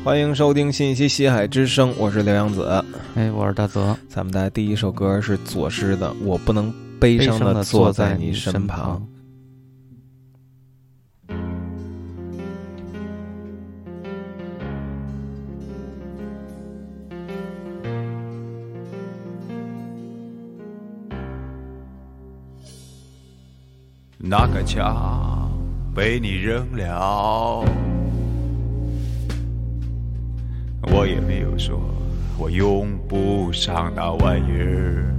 欢迎收听信息西海之声，我是刘洋子。 我是大泽。 咱们的第一首歌是左师的《我不能悲伤地坐在你身旁》。 那杆枪被你扔了，我也没有说我用不上那玩意儿，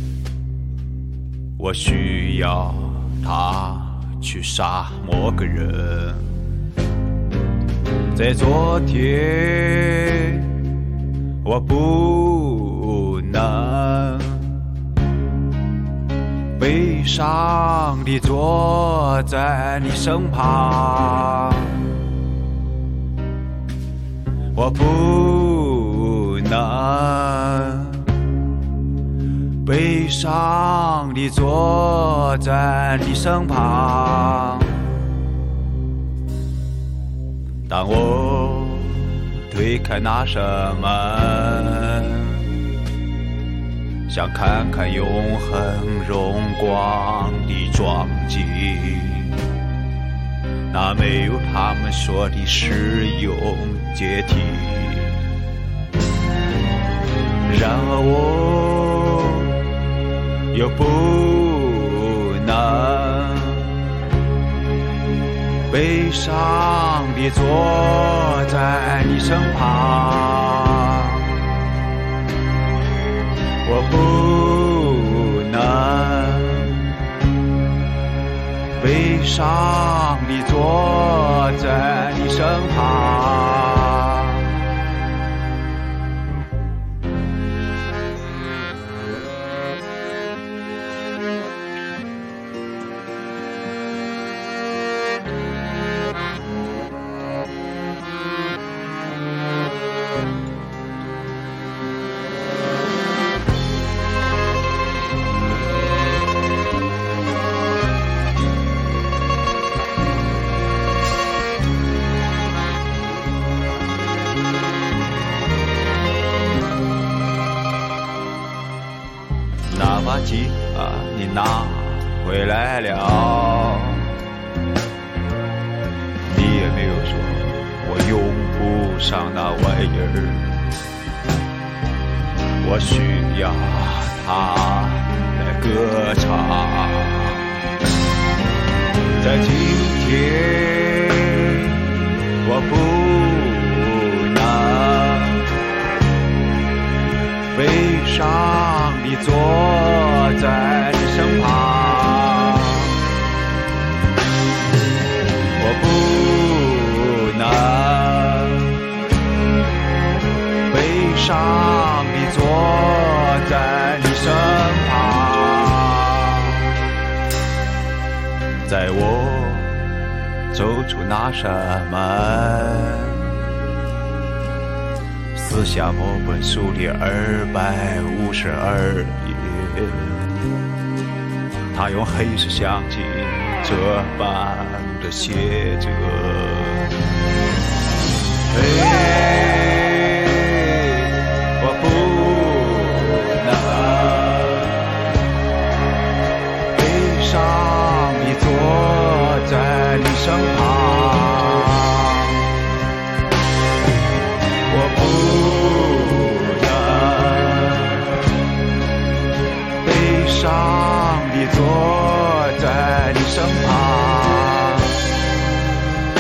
我需要它去杀某个人。在昨天我不能悲伤地坐在你身旁，我不能悲伤地坐在你身旁。当我推开那扇门，想看看永恒荣光的壮景，那没有他们说的使用阶梯。然而我又不能悲伤地坐在你身旁，我不能悲伤地坐在你身旁。吉他你拿回来了，你也没有说我用不上那玩意儿，我需要它来歌唱。在今天我不能悲伤地坐在你身旁，我不能悲伤地坐在你身旁。在我走出那扇门，撕下某本书的252页，他用黑色相机这般的写着：我不能悲伤地坐在你身旁，我不能悲伤地坐在你身旁。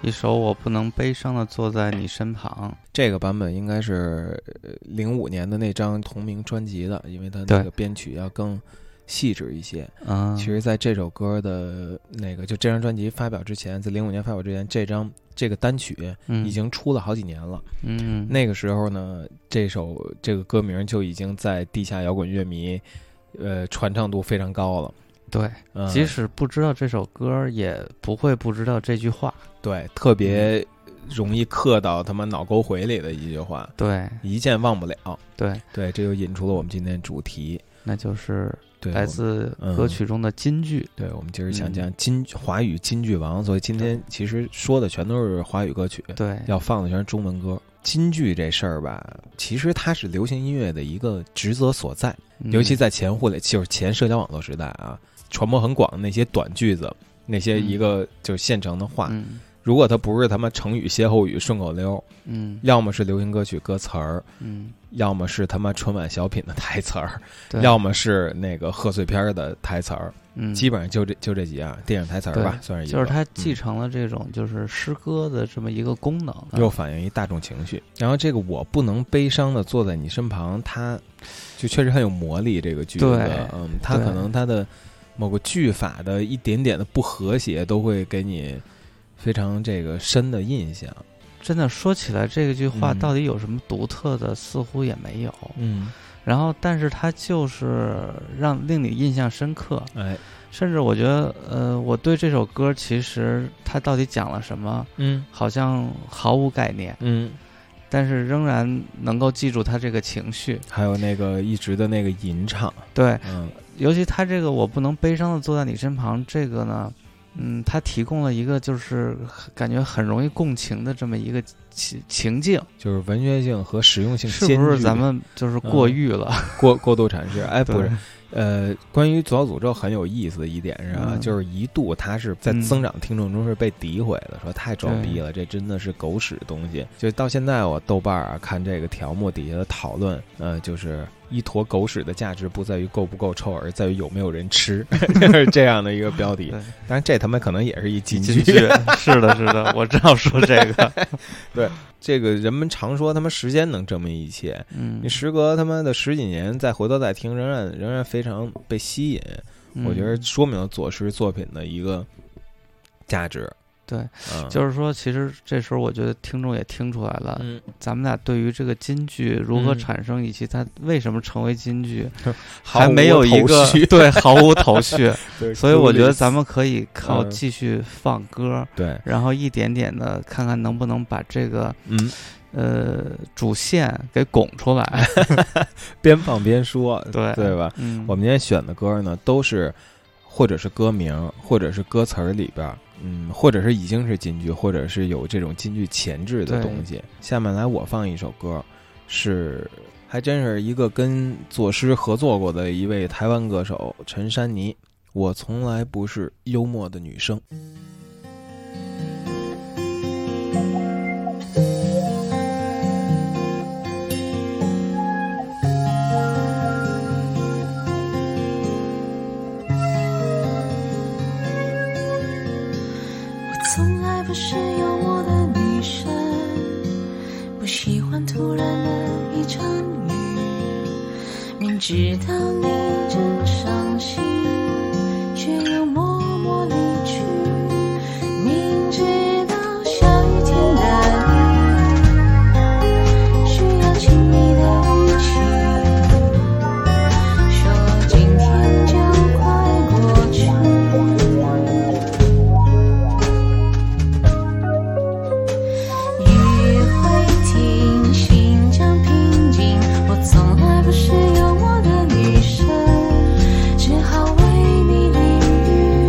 一首我不能悲伤的坐在你身旁。 这个版本应该是05年的那张同名专辑的，因为它那个编曲要更细致一些。其实在这首歌的那个就这张专辑发表之前，在05年发表之前，这个单曲已经出了好几年了。那个时候呢，这个歌名就已经在地下摇滚乐迷传唱度非常高了。 对，即使不知道这首歌，也不会不知道这句话。对， 特别容易刻到他妈脑沟回里的一句话。 对， 一见忘不了。 对， 这就引出了我们今天主题， 那就是来自歌曲中的金句。 对，我们今儿想讲华语金句王，所以今天其实说的全都是华语歌曲。 对， 要放的全是中文歌。金句这事儿吧，其实它是流行音乐的一个职责所在，尤其在就是前社交网络时代啊。传播很广的那些短句子，那些一个就是现成的话，如果它不是他妈成语歇后语顺口溜，要么是流行歌曲歌词儿，要么是他妈春晚小品的台词儿，要么是那个贺岁片的台词儿，基本上就这几样，电影台词儿吧，算是一个。 就是它继承了这种就是诗歌的这么一个功能， 又反映一大众情绪。然后这个我不能悲伤的坐在你身旁，它就确实很有魔力。这个句子，它可能它的某个句法的一点点的不和谐，都会给你非常这个深的印象。 真的说起来，这句话到底有什么独特的，似乎也没有。然后，但是它就是令你印象深刻。甚至我觉得，我对这首歌其实它到底讲了什么，好像毫无概念。但是仍然能够记住他这个情绪， 还有那个一直的那个吟唱。 对，尤其他这个我不能悲伤的坐在你身旁，这个呢，他提供了一个就是感觉很容易共情的这么一个情境， 就是文学性和实用性兼具。 是不是咱们就是过誉了？ 过度阐释？不是。关于左小诅咒很有意思的一点是啊，就是一度他是在增长听众中是被诋毁的，说太装逼了，这真的是狗屎东西。就到现在我豆瓣看这个条目底下的讨论，就是一坨狗屎的价值不在于够不够臭，而在于有没有人吃，就是这样的一个标题。当然这他妈可能也是一金句。 是的，我正要说这个。 对。这个人们常说他妈时间能证明一切，你时隔他妈的10几年再回头再听，仍然非常被吸引。我觉得说明了左师作品的一个价值。 对，就是说，其实这时候我觉得听众也听出来了，咱们俩对于这个金句如何产生，以及它为什么成为金句，还没有一个毫无头绪。所以我觉得咱们可以靠继续放歌，然后一点点的看看能不能把这个主线给拱出来， 边放边说，对吧？我们今天选的歌呢，都是或者是歌名，或者是歌词里边。或者是已经是金句，或者是有这种金句前置的东西。下面来我放一首歌，还真是一个跟左师合作过的一位台湾歌手陈珊妮。我从来不是幽默的女生。 从来不是幽默的女生，不喜欢突然的一场雨，明知道你真伤心，却又默默离去，明知道下雨天的雨需要亲密的语气，说今天就快过去。从来不是幽默的女生，只好为你淋雨。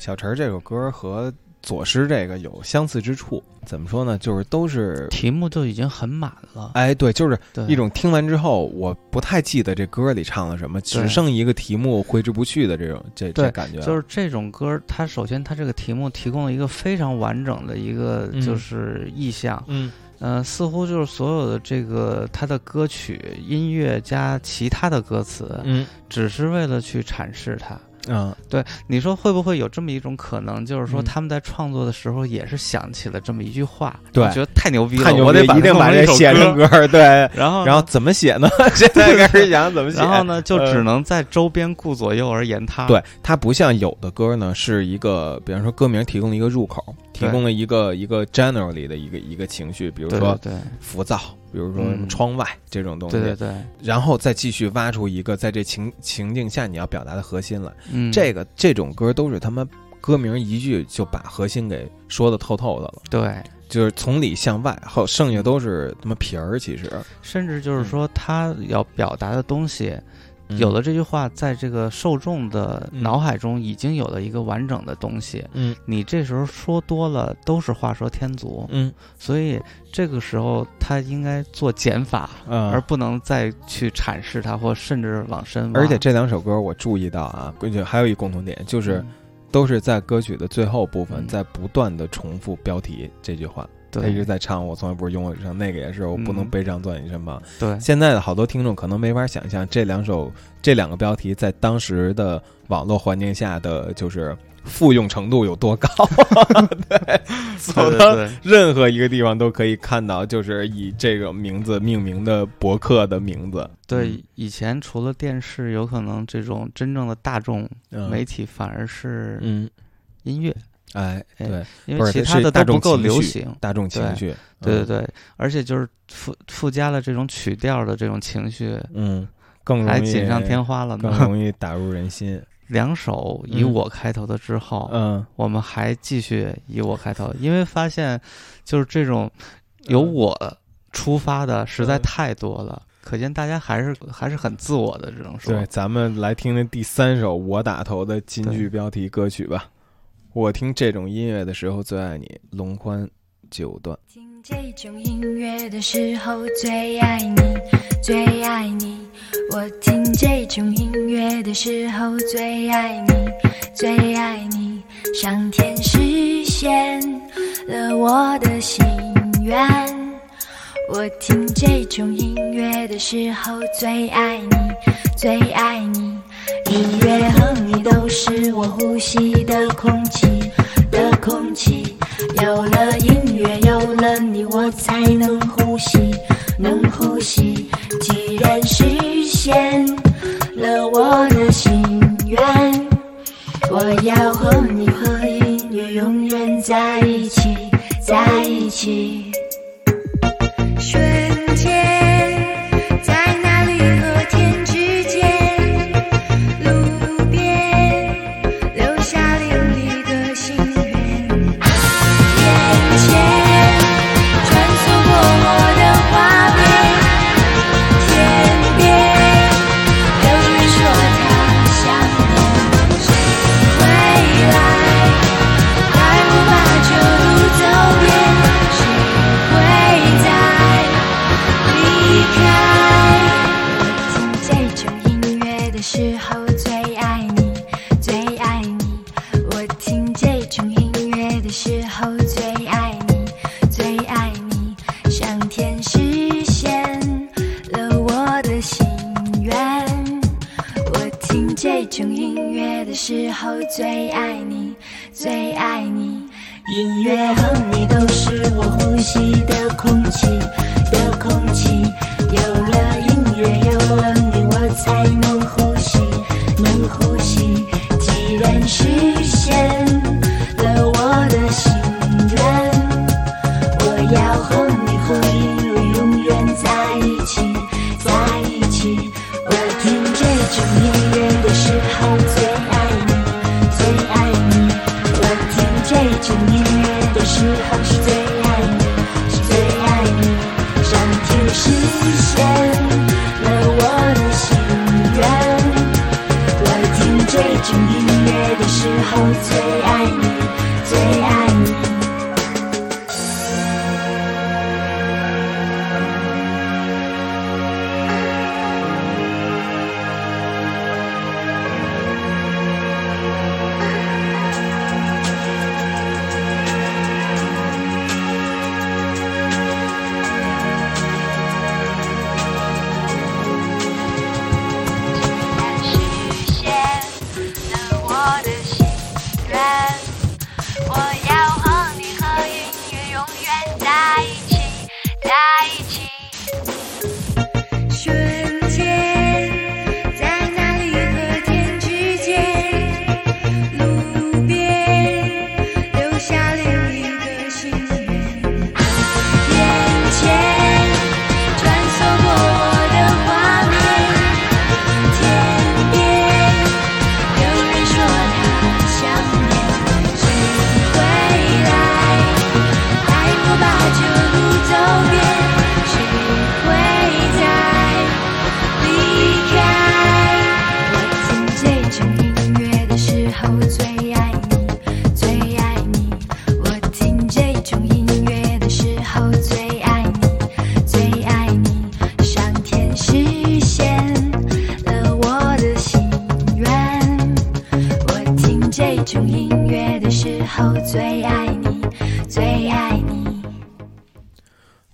小陈这首歌和左诗这个有相似之处，怎么说呢？就是都是题目就已经很满了。 哎，对，就是一种听完之后我不太记得这歌里唱了什么，只剩一个题目挥之不去的这种这感觉。 就是这种歌，它首先它这个题目提供了一个非常完整的一个就是意象。似乎就是所有的这个它的歌曲音乐加其他的歌词，只是为了去阐释它。对，你说会不会有这么一种可能，就是说他们在创作的时候也是想起了这么一句话， 对， 我觉得太牛逼了， 我得一定把这写成歌，对，然后怎么写呢？现在开始想怎么写， 然后呢，就只能在周边顾左右而言他。 对，它不像有的歌呢，是一个，比方说歌名提供了一个入口，提供了一个 generally 的一个情绪，比如说浮躁。比如说什么窗外这种东西， 对， 然后再继续挖出一个在这情境下你要表达的核心来。这种歌都是他们歌名一句就把核心给说的透透的了。 对， 就是从里向外，后剩下都是他妈皮儿。其实， 甚至就是说他要表达的东西。有了这句话，在这个受众的脑海中已经有了一个完整的东西。你这时候说多了都是画蛇添足。所以这个时候他应该做减法，而不能再去阐释它，或甚至往深挖。 而且这两首歌我注意到啊，还有一共同点，就是都是在歌曲的最后部分在不断的重复标题这句话。他一直在唱我从来不是拥我一生，那个也是我不能悲伤做你身旁。 对， 现在的好多听众可能没法想象这两个标题在当时的网络环境下的就是复用程度有多高。对，走到任何一个地方都可以看到，就是以这个名字命名的博客的名字。 对，以前除了电视，有可能这种真正的大众媒体反而是音乐。 哎，对， 因为其他的都不够流行， 大众情绪， 对，而且就是附加了这种曲调的这种情绪， 更容易还锦上添花了呢， 更容易打入人心。 两首以我开头的之后，我们还继续以我开头，因为发现就是这种由我出发的实在太多了。可见大家还是很自我的，只能说。 对，咱们来听听第3首我打头的金句标题歌曲吧。我听这种音乐的时候最爱你，龙宽9段。 听这种音乐的时候最爱你，最爱你。我听这种音乐的时候最爱你，最爱你。上天实现了我的心愿。我听这种音乐的时候最爱你，最爱你。音乐和你都是我呼吸的空气，的空气。有了音乐，有了你，我才能呼吸，能呼吸。既然实现了我的心愿，我要和你和音乐永远在一起，在一起。瞬间在那里和天之间，路边留下淋漓的心愿，眼前穿梭过我的画面，天边有人说他想念，谁会来带我把旧路走遍，谁会在离开。我听这种音乐的时候最爱你，最爱你。我听这种音乐的时候最爱你，最爱你。上天实现了我的心愿。我听这种音乐的时候最爱你，最爱你。音乐和你都是我呼吸的空气，的空气。有了音乐，有了你，我才能呼吸，能呼吸。既然实现了我的心愿，我要和你和音乐永远在一起，在一起。我听这种音乐的时候最爱你，最爱你。我听这种音乐的时候是最爱你，是最爱你。上天实现了我的心愿。我听这种音乐的时候最爱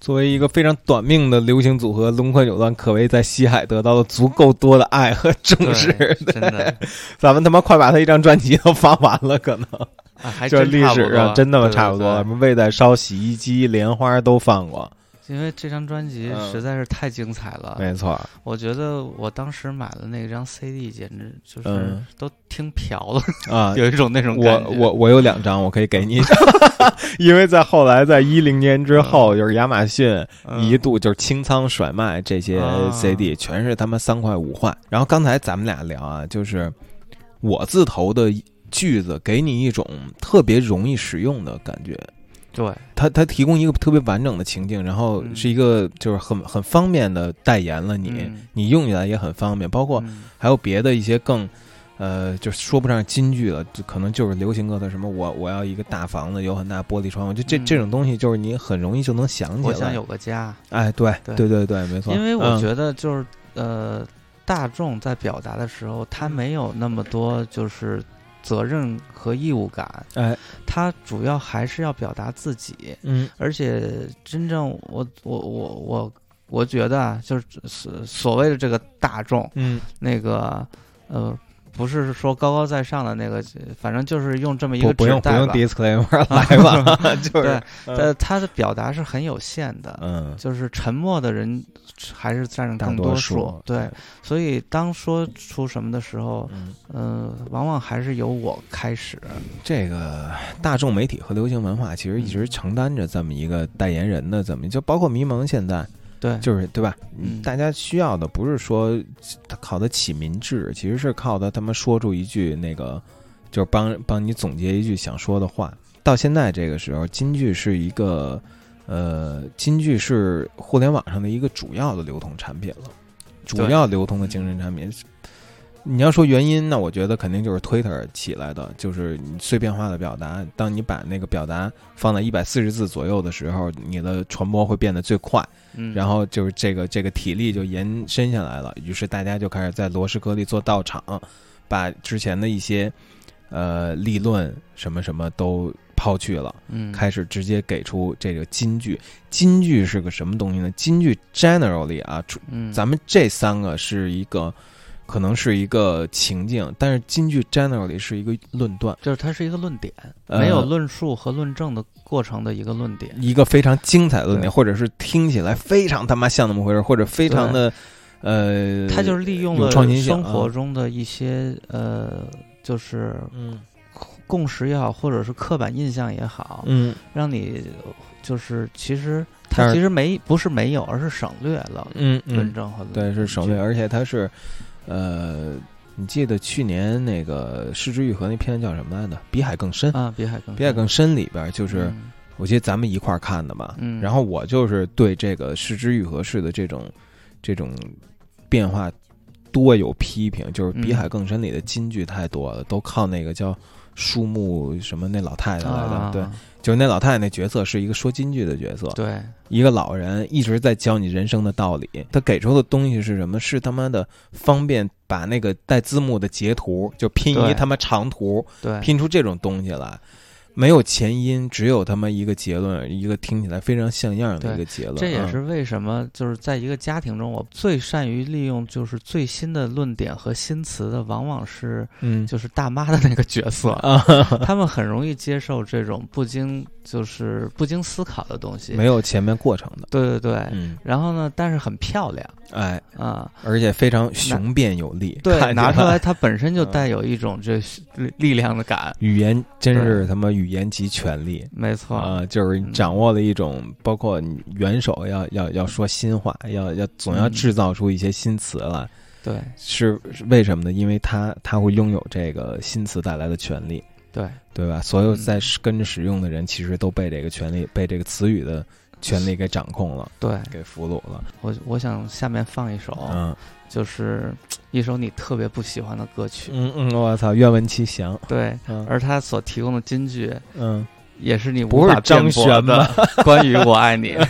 作为一个非常短命的流行组合，龙宽九段可谓在西海得到了足够多的爱和重视。 真的， 咱们他妈快把他一张专辑都发完了，可能还这历史上真的差不多。 什么魏在烧、洗衣机、莲花都放过。 因为这张专辑实在是太精彩了， 没错。 我觉得我当时买了那张 CD， 简直就是都听飘了啊， 有一种那种感觉。 我有2张，我可以给你一张，因为在后来在10年之后，就是亚马逊一度就是清仓甩卖这些 CD，全是他妈3块5块。然后刚才咱们俩聊啊，就是我字头的句子给你一种特别容易使用的感觉。 对， 它提供一个特别完整的情境，然后是一个就是很方便的代言了你用起来也很方便，包括还有别的一些更就说不上金句了，就可能就是流行歌的什么我要一个大房子，有很大玻璃窗，就这种东西就是你很容易就能想起来。 我想有个家。 哎，对，没错。 因为我觉得就是大众在表达的时候，他没有那么多就是责任和义务感，他主要还是要表达自己，而且真正我觉得啊，就是所谓的这个大众，那个不是说高高在上的那个，反正就是用这么一个指代吧， 不用 disclaimer 来吧，就是对，他的表达是很有限的，就是沉默的人还是占更多数，对，所以当说出什么的时候，往往还是由我开始。 这个大众媒体和流行文化其实一直承担着这么一个代言人的，就包括迷蒙现在。 对， 就是对吧？大家需要的不是说他靠他起民智，其实是靠他们说出一句那个，就是帮你总结一句想说的话。到现在这个时候，金句是一个金句是互联网上的一个主要的流通产品了，主要流通的精神产品。你要说原因，那我觉得肯定就是 Twitter 起来的，就是你碎片化的表达。当你把那个表达放在140字左右的时候，你的传播会变得最快，然后就是这个体力就延伸下来了。于是大家就开始在螺诗歌里做道场，把之前的一些立论什么什么都抛去了，开始直接给出这个金句。金句是个什么东西呢？金句 generally 啊，咱们这3个是一个。可能是一个情境，但是金句 generally 是一个论断， 就是它是一个论点，没有论述和论证的过程的一个论点， 一个非常精彩的论点，或者是听起来非常他妈像那么回事，或者非常的它就是利用了生活中的一些就是共识也好，或者是刻板印象也好，让你就是其实它其实不是没有，而是省略了论证和论对，是省略，而且它是。你记得去年那个失之愈合那片叫什么来着？比海更深啊，比海更深里边就是，我记得咱们一块儿看的吧。然后我就是对这个失之愈合式的这种变化多有批评，就是比海更深里的金句太多了，都靠那个叫树木什么那老太太来的，对。就是那老太太那角色是一个说金句的角色， 对， 一个老人一直在教你人生的道理，他给出的东西是什么？是他妈的方便把那个带字幕的截图就拼一他妈长图， 对， 拼出这种东西来，没有前因，只有他妈一个结论，一个听起来非常像样的一个结论。 这也是为什么就是在一个家庭中，我最善于利用就是最新的论点和新词的，往往是就是大妈的那个角色，他们很容易接受这种不经思考的东西， 没有前面过程的。 对对对，然后呢，但是很漂亮， 哎而且非常雄辩有力， 对，拿出来它本身就带有一种这力量的感。 语言真是他妈语言及权力， 没错就是掌握了一种，包括你元首要说新话，总要制造出一些新词来。 对， 是为什么呢？因为他会拥有这个新词带来的权利。对吧？所有在跟着使用的人，其实都被这个权利，被这个词语的权利给掌控了， 对， 给俘虏了。 我想下面放一首，就是一首你特别不喜欢的歌曲。 我操，愿闻其详。 对，而他所提供的金句，也是你无法辩驳的关于我爱你。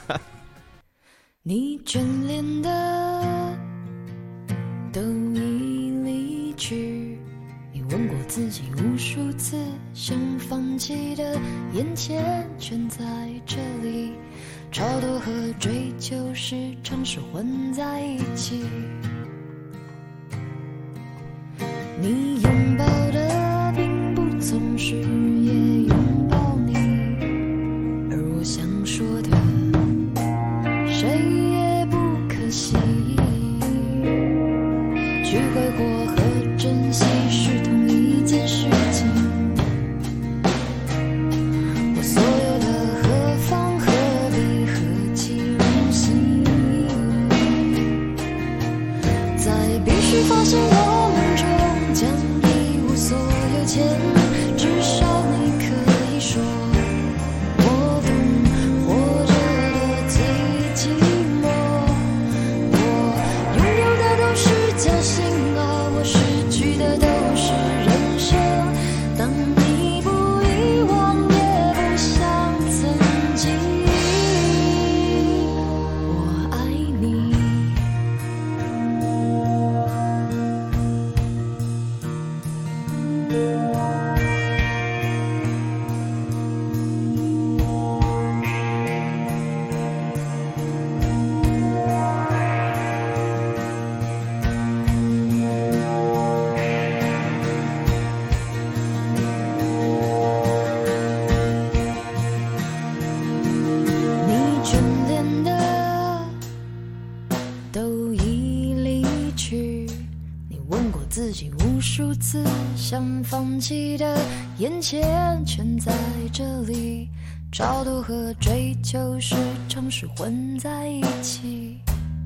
你眷恋的都已离去，你问过自己无数次，想放弃的眼前全在这里， 超脱和追求时常是混在一起。你拥抱的并不总是也拥抱你，而我想说的谁也不可惜。去挥霍和珍惜是同一件事情，我所有的何方何必何其荣幸，在必须发现我们中将一无所有前，至少你可以说我懂活着的最寂寞。我拥有的都是侥幸啊，我失去的都是人生。当你不遗忘也不像曾经，我爱你。你眷恋的都已离去，你问过自己无数次，想放弃的眼前全在这里，超脱和追求时常是混在一起。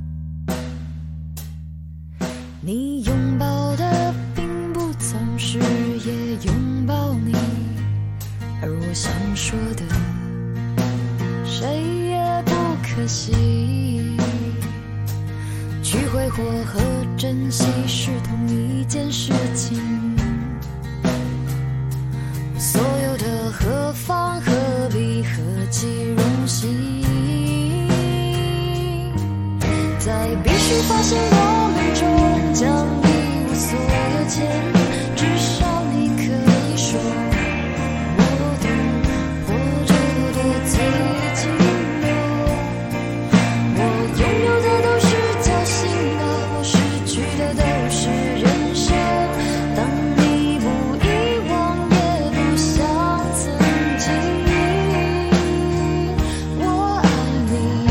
你拥抱的并不总是也拥抱你，而我想说的谁也不可惜。去挥霍和珍惜是同一件事情，所有的何方何必何其荣幸，在必须发现我们终将一无所有前，至少你可以说我懂活着的最寂寞。我拥有的都是侥幸啊，我失去的都是人生。当你不遗忘也不像曾经，我爱你。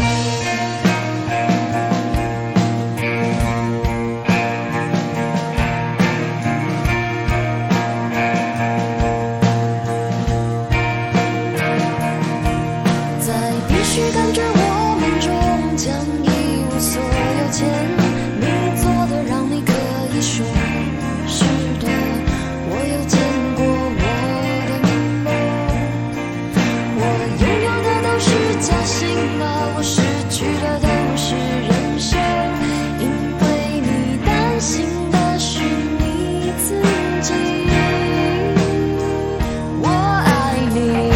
在必须感觉我们终将一无所有前，你做的让你可以说是的，我有见过我的梦。我拥有的都是侥幸啊，我失去的都是人生，因为你担心的是你自己。我爱你。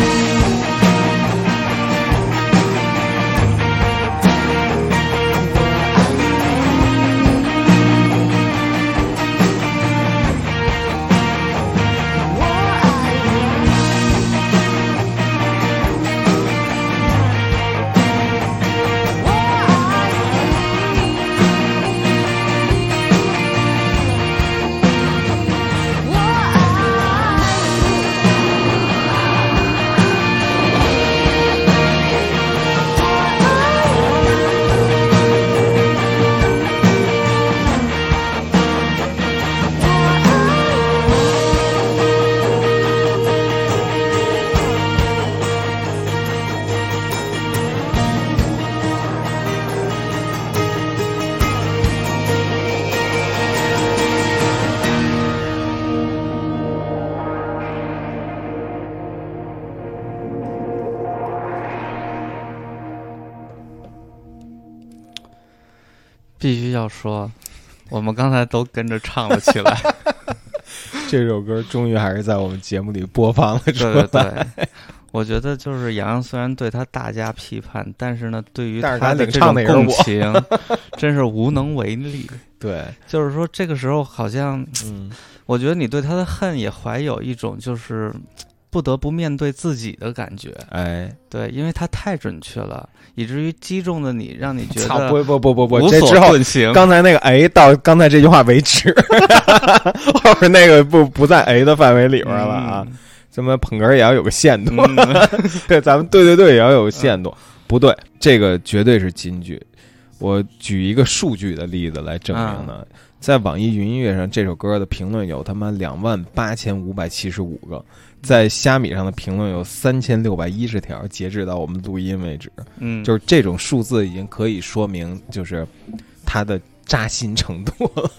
必须要说，我们刚才都跟着唱了起来。 这首歌终于还是在我们节目里播放了出来。 对对对，我觉得就是杨洋虽然对他大加批判，但是呢，对于他的这种共情，真是无能为力。 对， 就是说这个时候好像，我觉得你对他的恨也怀有一种就是不得不面对自己的感觉。 哎， 对，因为它太准确了，以至于击中了你，让你觉得不， 无所遁形。 刚才那个到刚才这句话为止，后边那个不在的范围里边了啊。什么捧哏也要有个限度，对，咱们对也要有限度。不对，这个绝对是金句。我举一个数据的例子来证明呢。在网易云音乐上，这首歌的评论有他妈28575个，在虾米上的评论有3610条，截止到我们录音为止。就是这种数字已经可以说明，就是它的扎心程度了。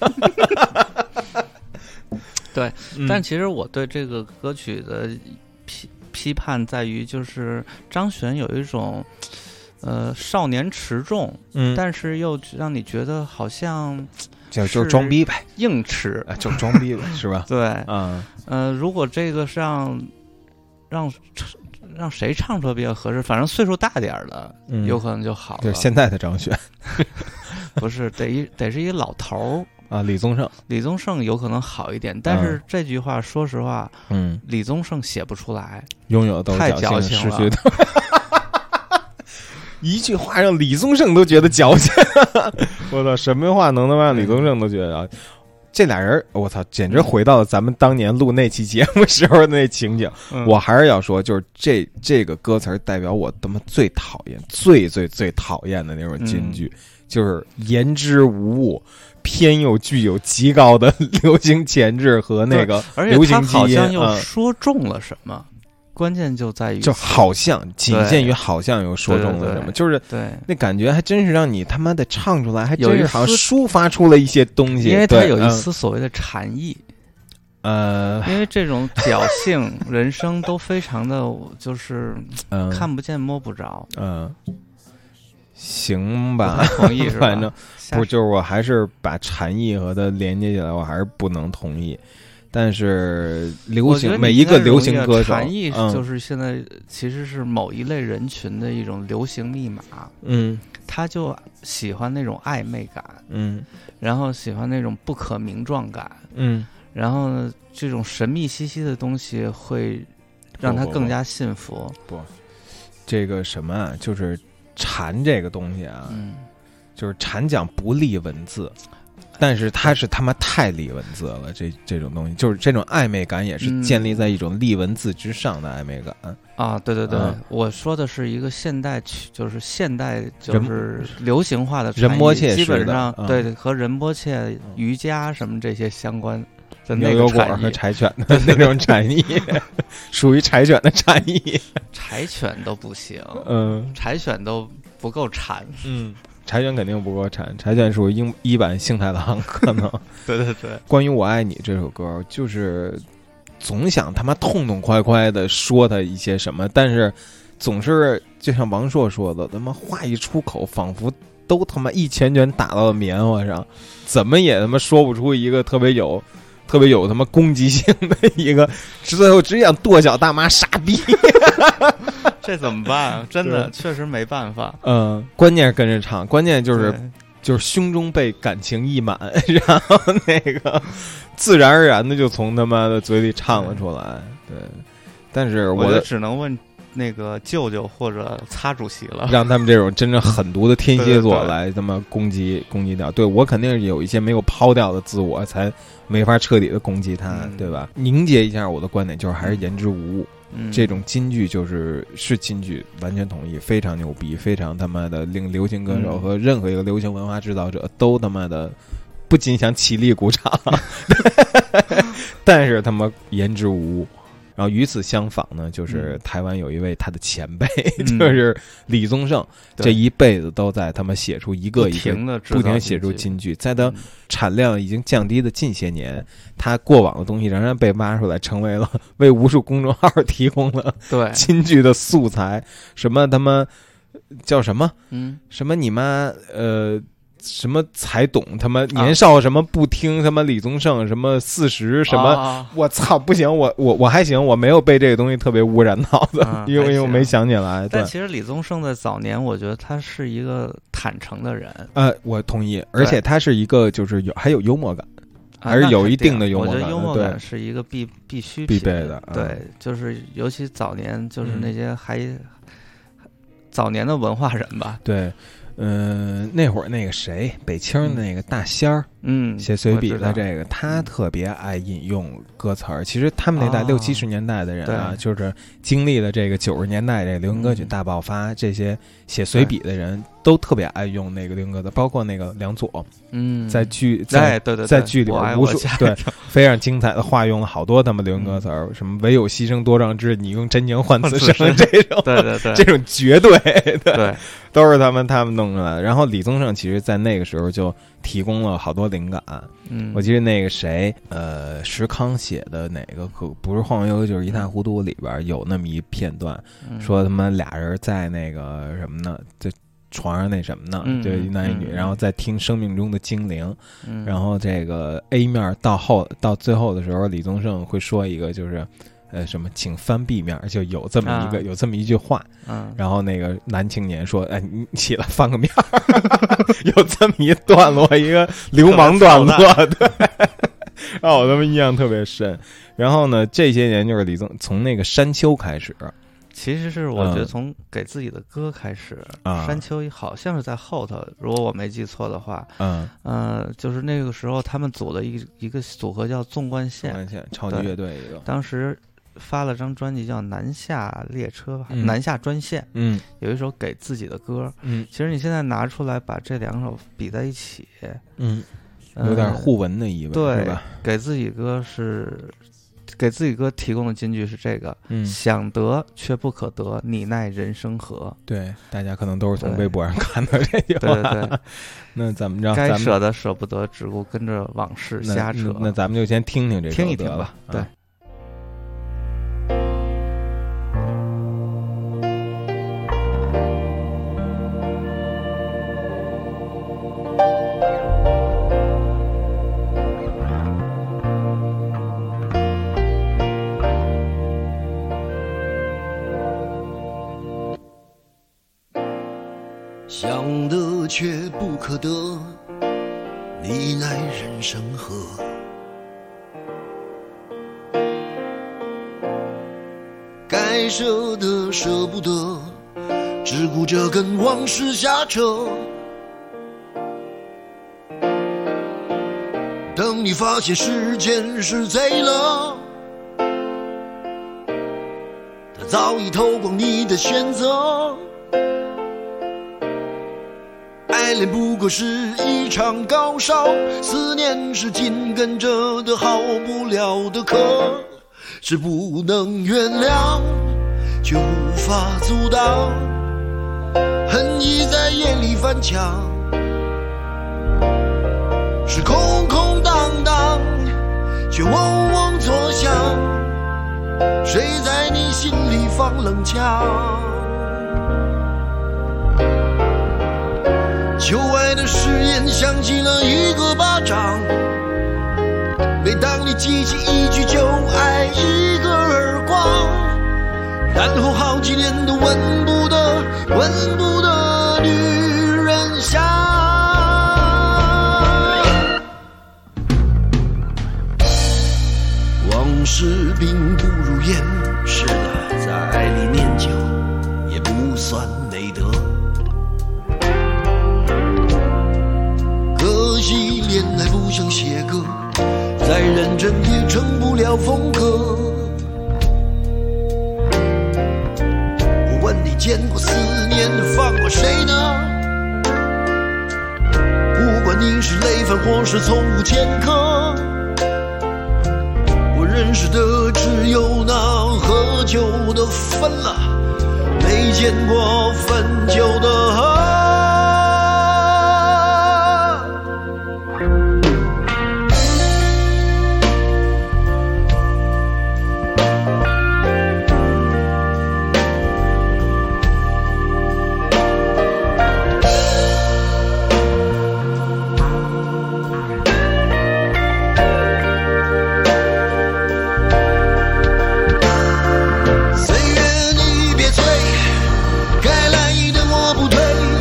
对，但其实我对这个歌曲的批判在于，就是张悬有一种少年持重，但是又让你觉得好像就是装逼呗， 硬吃， 就装逼呗，是吧？ 对，如果这个是让谁唱出来比较合适？反正岁数大点的，有可能就好了。 就是现在的张悬， 不是得是一老头啊，李宗盛有可能好一点，但是这句话说实话，李宗盛写不出来， 拥有都太矫情了。 一句话让李宗盛都觉得矫情，我操，什么话能让李宗盛都觉得？这俩人，我操，简直回到了咱们当年录那期节目时候的那情景。我还是要说，就是这个歌词代表我他妈最讨厌、最讨厌的那种金句，就是言之无物。偏又具有极高的流行潜质和那个流行基因， 而且他好像又说中了什么，关键就在于就好像仅限于好像又说中了什么，就是对那感觉还真是让你他妈的唱出来，还真是好像抒发出了一些东西， 因为它有一丝所谓的禅意。因为这种侥幸人生都非常的就是看不见摸不着。 行吧， 同意是吧？ 反正不就是我还是把禅意和它连接起来，我还是不能同意。但是流行每一个流行歌手， 禅意就是现在其实是某一类人群的一种流行密码。他就喜欢那种暧昧感，然后喜欢那种不可名状感，然后呢，这种神秘兮兮的东西会让他更加信服。 不，这个什么啊，就是禅这个东西啊，就是禅讲不立文字，但是它是他妈太立文字了。这种东西，就是这种暧昧感，也是建立在一种立文字之上的暧昧感啊。对，我说的是一个现代就是流行化的禅意， 仁波切基本上对和仁波切、瑜伽什么这些相关。 牛油果和柴犬的那种禅意，属于柴犬的禅意。 柴犬都不行，柴犬都不够馋， 柴犬肯定不够馋，柴犬属于一版幸太郎可能。 对。 关于我爱你这首歌，就是总想他妈痛痛快快的说他一些什么，但是总是就像王朔说的，他妈话一出口，仿佛都他妈一拳拳打到了棉花上，怎么也他妈说不出一个特别有他妈攻击性的一个，最后只想跺脚大妈傻逼。 这怎么办？真的确实没办法。 关键是跟着唱，关键就是胸中被感情溢满，然后那个自然而然的就从他妈的嘴里唱了出来。对，但是我只能问那个舅舅或者擦主席了， 让他们这种真正狠毒的天蝎座来他妈攻击掉。对，我肯定是有一些没有抛掉的自我，才没法彻底的攻击他，对吧？凝结一下我的观点，就是还是言之无物。这种金句是金句，完全同意，非常牛逼，非常他妈的令流行歌手和任何一个流行文化制造者都他妈的不禁想起立鼓掌。但是他妈言之无物。然后与此相仿呢，就是台湾有一位他的前辈，就是李宗盛，这一辈子都在他们写出一个不停写出金句，在他产量已经降低的近些年，他过往的东西仍然被挖出来，成为了为无数公众号提供了金句的素材。什么他妈叫什么？什么你妈什么才懂他妈年少什么不听他妈李宗盛什么40什么我操不行我还行，我没有被这个东西特别污染脑子，因为我没想起来。 但其实李宗盛在早年我觉得他是一个坦诚的人， 我同意，而且他是一个就是还有幽默感还是有一定的幽默感的。 我觉得幽默感是一个必须必备的。 对，就是尤其早年就是那些早年的文化人吧。 对。那会儿那个谁，北京的那个大仙儿，写随笔的这个，他特别爱引用歌词儿。其实他们那代60、70年代的人啊，就是经历了这个90年代这个流行歌曲大爆发，这些写随笔的人都特别爱用那个流行歌的，包括那个梁左，在剧里边无数对非常精彩的化用了好多他们流行歌词儿，什么唯有牺牲多壮志，你用真情换此生这种， 对， 这种绝对对，都是他们弄出来的。然后李宗盛其实在那个时候就提供了好多灵感。我记得那个谁，石康写的哪个可不是晃悠就是一塌糊涂里边有那么一片段，说他们俩人在那个什么呢，就床上那什么呢，就一男一女，然后在听生命中的精灵，然后这个 A 面到最后的时候，李宗盛会说一个就是什么请翻 B 面，就有这么一句话，然后那个男青年说，哎，你起来翻个面有这么一段落，一个流氓段落，对，让我他妈印象特别深。然后呢，这些年就是李宗从那个山丘开始。 其实是我觉得从给自己的歌开始，山丘好像是在后头，如果我没记错的话，就是那个时候他们组了一个组合叫纵贯线超级乐队一个， 当时发了张专辑叫南下列车吧，南下专线，有一首给自己的歌，其实你现在拿出来把这两首比在一起， 有点互文的意味， 对， 是吧？ 给自己歌提供的金句是这个，想得却不可得，你奈人生何？对， 大家可能都是从微博上看到这句话。 对， 那怎么着？ 该舍的舍不得，只顾跟着往事瞎扯。 那咱们就先听听这首歌吧， 听一听吧。对。 想得却不可得，你奈人生何？该舍的舍不得，只顾着跟往事瞎扯。等你发现时间是贼了，它早已偷光你的选择。爱恋不过是一场高烧，思念是紧跟着的好不了的渴，是不能原谅却无法阻挡，恨意在夜里翻墙，是空空荡荡却嗡嗡作响，谁在你心里放冷枪？旧爱的誓言响起了一个巴掌，每当你记起一句就爱一个耳光，然后好几年都闻不得女人香。往事并不如烟，是的，在爱里念旧也不算美德。可惜恋爱不像写歌，再认真也成不了风格。我问你见过思念放过谁呢？不管你是累犯或是从无前科，我认识的只有那喝酒的分了，没见过分酒的岁月你别催，该来的我不退，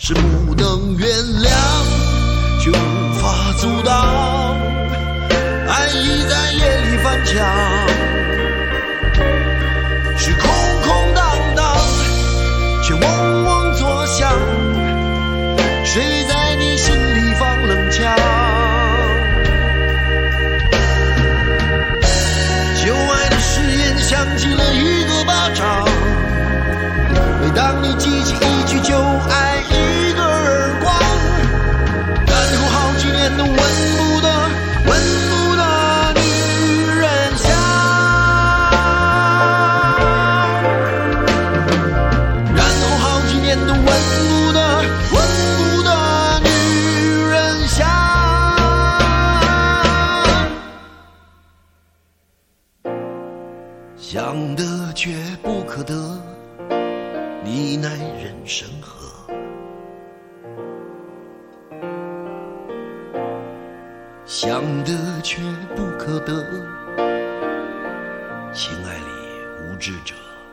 是不能原谅，却无法阻挡，爱意在夜里翻墙，是空空荡荡，却嗡嗡作响，谁在你心里放冷枪？旧爱的誓言响起了一个巴掌，每当你记起一句就爱，一个耳光，然后好几年都闻不得女人香，然后好几年都闻不得女人香，想得却不可得，你奈人生何？想得却不可得，情爱里无知者。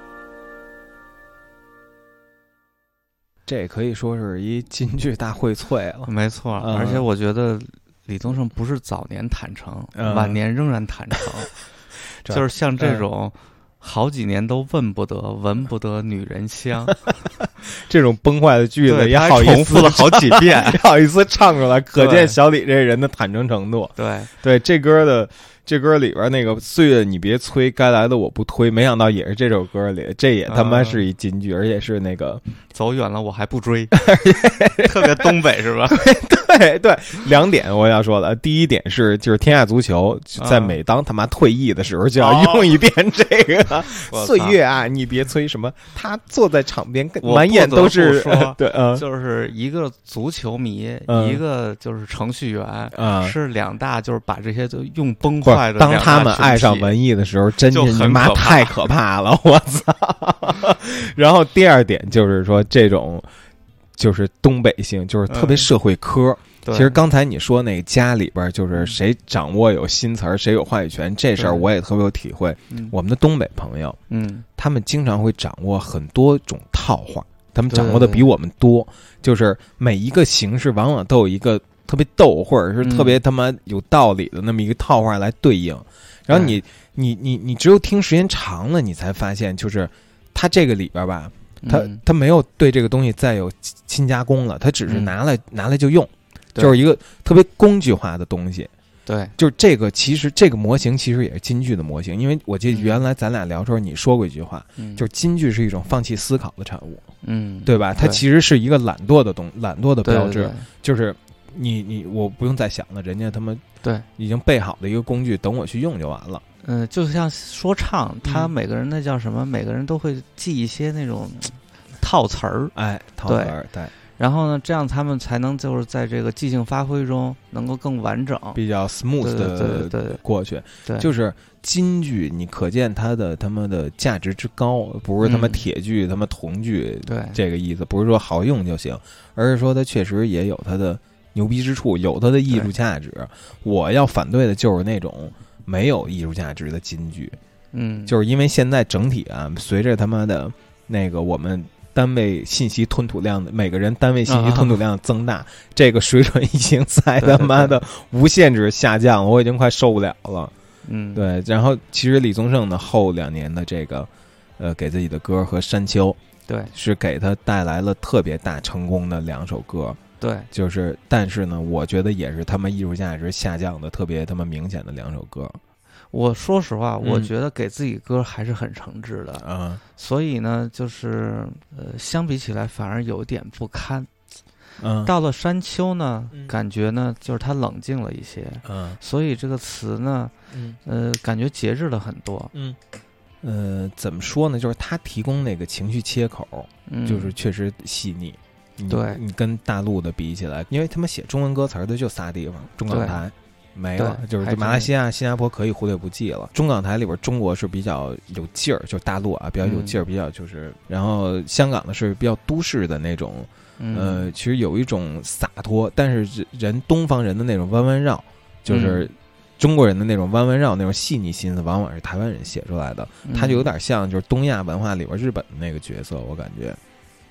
这可以说是一金句大荟萃了。 没错，而且我觉得李宗盛不是早年坦诚，晚年仍然坦诚，就是像这种好几年都闻不得女人香， 这种崩坏的句子也好意思重复了好几遍， 也好意思唱出来，可见小李这人的坦诚程度。对，这歌里边那个岁月你别催，该来的我不推，没想到也是这首歌里，这也他妈是一金句，而且是那个走远了我还不追，特别东北是吧？ 对，两点我要说了。第一点是，就是天下足球在每当他妈退役的时候，就要用一遍这个岁月啊，你别催什么，他坐在场边，满眼都是对， 就是一个足球迷，一个就是程序员，是两大，就是把这些都用崩坏的。 当他们爱上文艺的时候，真是你妈太可怕了，我操！然后第二点就是说，这种就是东北性，就是特别社会科。其实刚才你说那个家里边就是谁掌握有新词儿，谁有话语权，这事儿我也特别有体会。我们的东北朋友，他们经常会掌握很多种套话，他们掌握的比我们多。就是每一个形式往往都有一个特别逗或者是特别他妈有道理的那么一个套话来对应。然后你只有听时间长了，你才发现就是他这个里边吧，他没有对这个东西再有新加工了，他只是拿来就用。就是一个特别工具化的东西， 对， 就是这个其实这个模型其实也是金句的模型，因为我记得原来咱俩聊的时候你说过一句话，就是金句是一种放弃思考的产物，对吧？它其实是一个懒惰的标志，就是我不用再想了，人家他们对已经备好的一个工具，等我去用就完了。 就像说唱，他每个人那叫什么？每个人都会记一些那种套词儿， 套词儿，对。 然后呢，这样他们才能就是在这个即兴发挥中能够更完整， 比较 smooth 的过去。 对， 就是金句，你可见它的他妈的价值之高，不是他妈铁句、他妈铜句， 对这个意思，不是说好用就行，而是说它确实也有它的牛逼之处，有它的艺术价值。我要反对的就是那种没有艺术价值的金句，就是因为现在整体啊，随着他妈的那个我们单位信息吞吐量的每个人单位信息吞吐量增大，这个水准已经在他妈的无限制下降了，我已经快受不了了。对。然后其实李宗盛的后2年的这个给自己的歌和山丘， 对， 是给他带来了特别大成功的2首歌。 对， 就是但是呢，我觉得也是他们艺术价值下降的特别他们明显的2首歌。 我说实话，我觉得给自己歌还是很诚挚的，所以呢，就是相比起来反而有点不堪。到了山丘呢，感觉呢就是他冷静了一些，所以这个词呢，感觉节制了很多。 怎么说呢？就是他提供那个情绪切口，就是确实细腻。 对， 你跟大陆的比起来，因为他们写中文歌词的就仨地方，中港台。没了，就是马来西亚、新加坡可以忽略不计了。中港台里边，中国是比较有劲儿，就是大陆啊比较有劲儿，比较就是，然后香港的是比较都市的那种，其实有一种洒脱，但是东方人的那种弯弯绕，就是中国人的那种弯弯绕那种细腻心思，往往是台湾人写出来的，他就有点像就是东亚文化里边日本的那个角色，我感觉。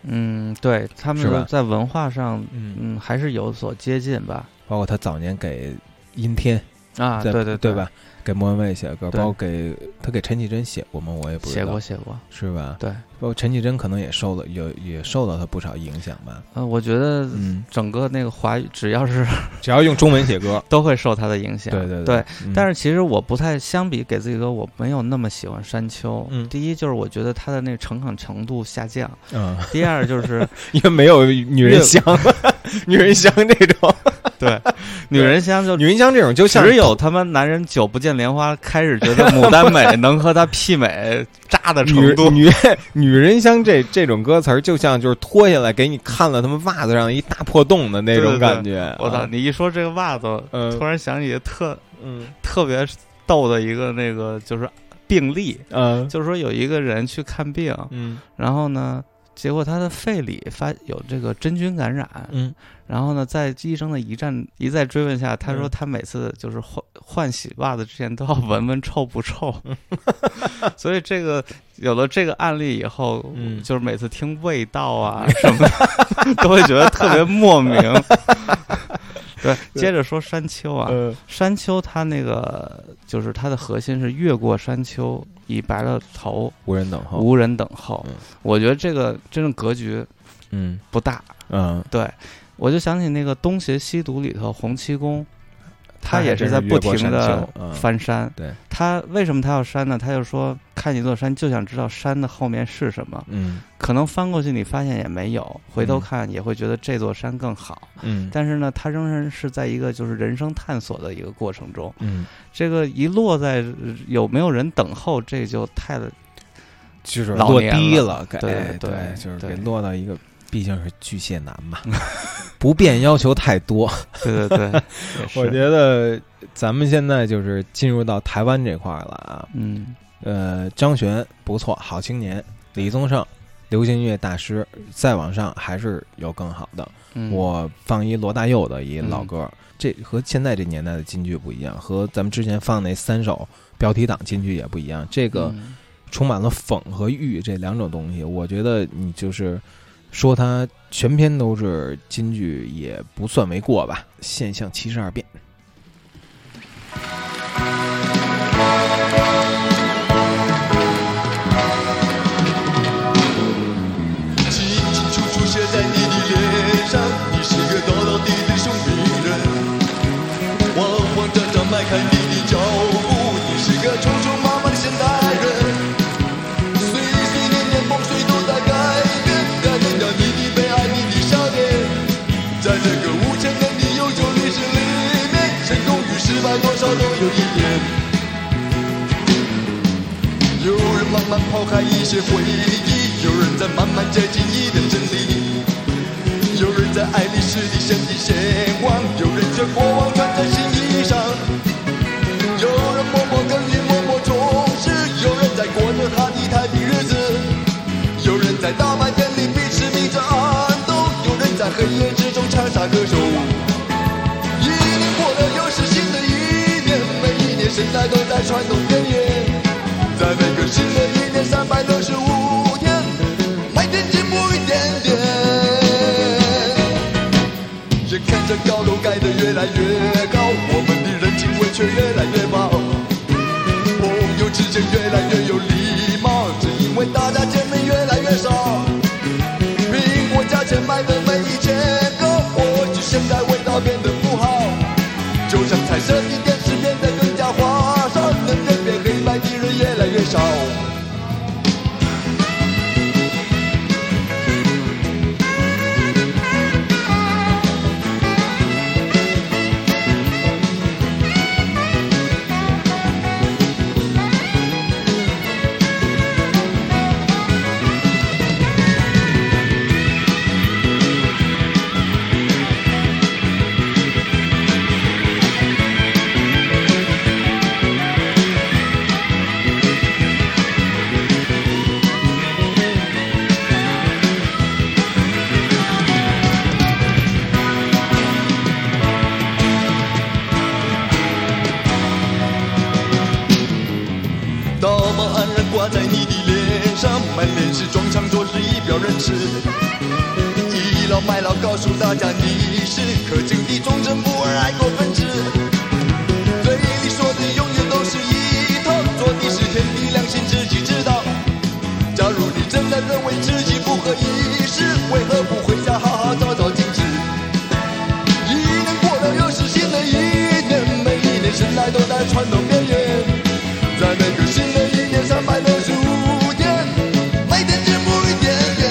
对，他们在文化上还是有所接近吧。 包括他早年给阴天啊，对吧？给莫文蔚写歌，包括他给陈绮贞写过吗？我也不知道。 写过， 是吧？ 对， 包括陈绮贞可能也受到他不少影响吧。 我觉得整个那个华语，只要用中文写歌， 都会受他的影响。 对。 但是其实我不太相比给自己歌，我没有那么喜欢山丘。第一就是我觉得他的那个诚恳程度下降。第二就是因为没有女人香，女人香这种。 对，女人香这种就像只有他们男人久不见莲花开始觉得牡丹美能和他媲美渣的程度。 女人香这种歌词儿就像就是脱下来给你看了他们袜子上一大破洞的那种感觉。 我操！你一说这个袜子，突然想起特别逗的一个那个就是病例，就是说有一个人去看病，然后呢，结果他的肺里有这个真菌感染，然后呢，在医生的一再追问下，他说他每次就是换洗袜子之前都要闻闻臭不臭，所以有了这个案例以后，就是每次听味道啊什么的，都会觉得特别莫名。对，接着说山丘啊，山丘它那个就是它的核心是越过山丘，已白了头，无人等候。我觉得这个真正格局，不大。对，我就想起那个《东邪西毒》里头洪七公，他也是在不停的翻山。对，他为什么他要翻呢？他就说看一座山就想知道山的后面是什么。可能翻过去你发现也没有，回头看也会觉得这座山更好。但是呢，他仍然是在一个就是人生探索的一个过程中。这个一落在有没有人等候，这就太就是落低了， 对， 就是给落到一个。毕竟是巨蟹男嘛，不便要求太多。 对， 我觉得咱们现在就是进入到台湾这块了啊。张悬不错，好青年；李宗盛，流行音乐大师。再往上还是有更好的。我放一罗大佑的一老歌，这和现在这年代的金句不一样，和咱们之前放那3首标题党金句也不一样。这个充满了讽和喻这两种东西，我觉得你就是说它全篇都是金句也不算为过吧。现象72变。 清清楚楚写在你的脸上，你是个道道地的兄弟人，慌慌张张迈开你的脚步，你是个匆匆忙忙的现代人，岁岁年年风水都在改变，改变掉你的悲哀，你的笑脸，在这个5000年的悠久历史里面，成功与失败多少都有一点。有人慢慢抛开一些回忆，有人在慢慢接近一点真理，有人在爱里使你身体鲜黄，有人将过往穿在新衣裳，有人默默耕耘默默种植，有人在过着他的太平日子，有人在大白天里彼此明着暗斗，有人在黑夜之中唱杀歌手。一年过了又是新的一年，每一年现在都在传动电源，在每个新的一年365天，每天进步一点点。眼看着高楼盖得越来越高，我们的人情味却越来越薄，朋友之间越来越有礼貌，只因为大家见面越来越少。苹果价钱卖的每一千个，或许现在味道变得不好，就像彩色的电视变得更加划算，能辨别黑白的人越来越少。挂在你的脸上，满脸是装腔作势仪表叫人吃。倚老卖老告诉大家你是氪金的忠贞不二爱国分子，嘴里说的永远都是一套，做的是天地良心自己知道。假如你真的认为自己不合一时，为何不回家好好照照镜子？一年过了又是新的一年，每一年生来都在传统边缘，在每个新的一年365天，每天进步一点点。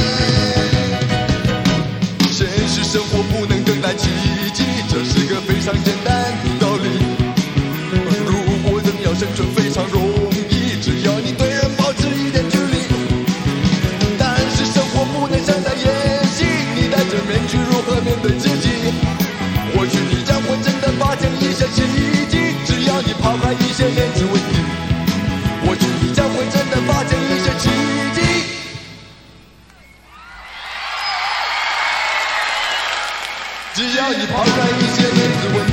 现实生活不能等待奇迹，这是个非常简单的道理。如果人要生存非常容易，只要你对人保持一点距离。但是生活不能像在演戏，你戴着面具如何面对自己？或许你将会真的发现一些奇迹，只要你抛开一些面子问题。或许你将会真的发现一些奇迹，只要你抛开一些面子问题。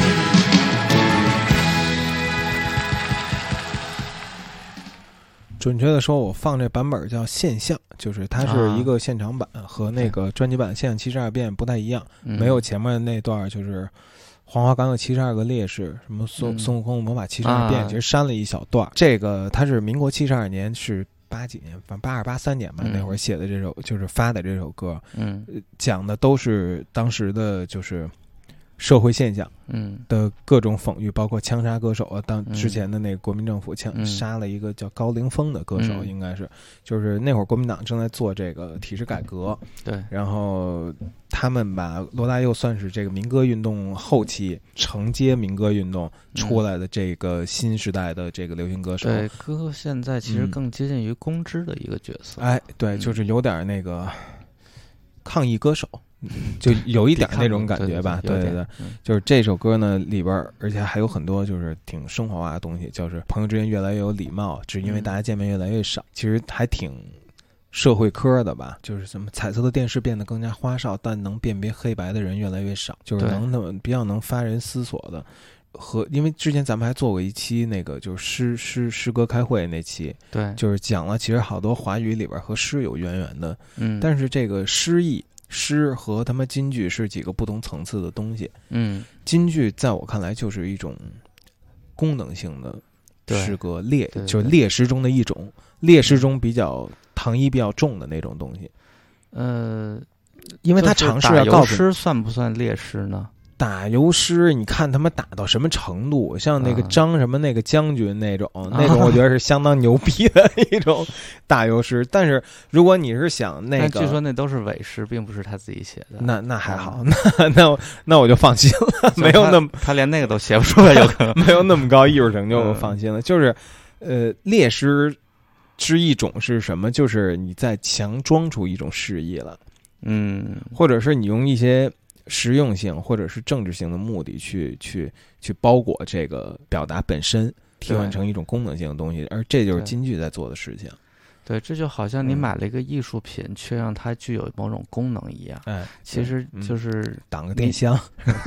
准确的说，我放这版本叫现象，就是它是一个现场版，和那个专辑版《现象72变》不太一样，没有前面那段就是黄花岗有72个烈士，什么孙悟空魔法72变，其实删了一小段。这个它是民国72年，是80几年，反正82、83年吧，那会儿写的这首，就是发的这首歌，讲的都是当时的就是社会现象的各种讽喻，包括枪杀歌手啊，当之前的那个国民政府杀了一个叫高凌风的歌手，应该是就是那会儿国民党正在做这个体制改革， 对， 然后他们把罗大佑算是这个民歌运动后期承接民歌运动出来的这个新时代的这个流行歌手。 对，哥现在其实更接近于公知的一个角色。 哎，对，就是有点那个抗议歌手。就有一点那种感觉吧，对对对，就是这首歌呢里边，而且还有很多就是挺生活化的东西，就是朋友之间越来越有礼貌，只因为大家见面越来越少，其实还挺社会科的吧，就是什么彩色的电视变得更加花哨，但能辨别黑白的人越来越少，就是比较能发人思索的。和因为之前咱们还做过一期那个就是诗歌开会那期， 对， 就是讲了其实好多华语里边和诗有渊源的，但是这个诗和他们京剧是几个不同层次的东西。京剧在我看来就是一种功能性的诗歌，就是烈诗中的一种，烈诗中比较糖衣比较重的那种东西。因为他尝试要告诉诗算不算烈诗呢？ 打油诗，你看他们打到什么程度？像那个张什么那个将军那种，那种我觉得是相当牛逼的一种打油诗。但是如果你是想那个， 据说那都是伪诗，并不是他自己写的。 那还好，那我就放心了，没有那么他连那个都写不出来，有可能没有那么高艺术成就，我放心了。就是烈诗之一种是什么？就是你在强装出一种诗意了，或者是你用一些实用性或者是政治性的目的去包裹这个表达本身，替换成一种功能性的东西，而这就是京剧在做的事情。 对，这就好像你买了一个艺术品，却让它具有某种功能一样。 哎， 其实就是挡个电箱，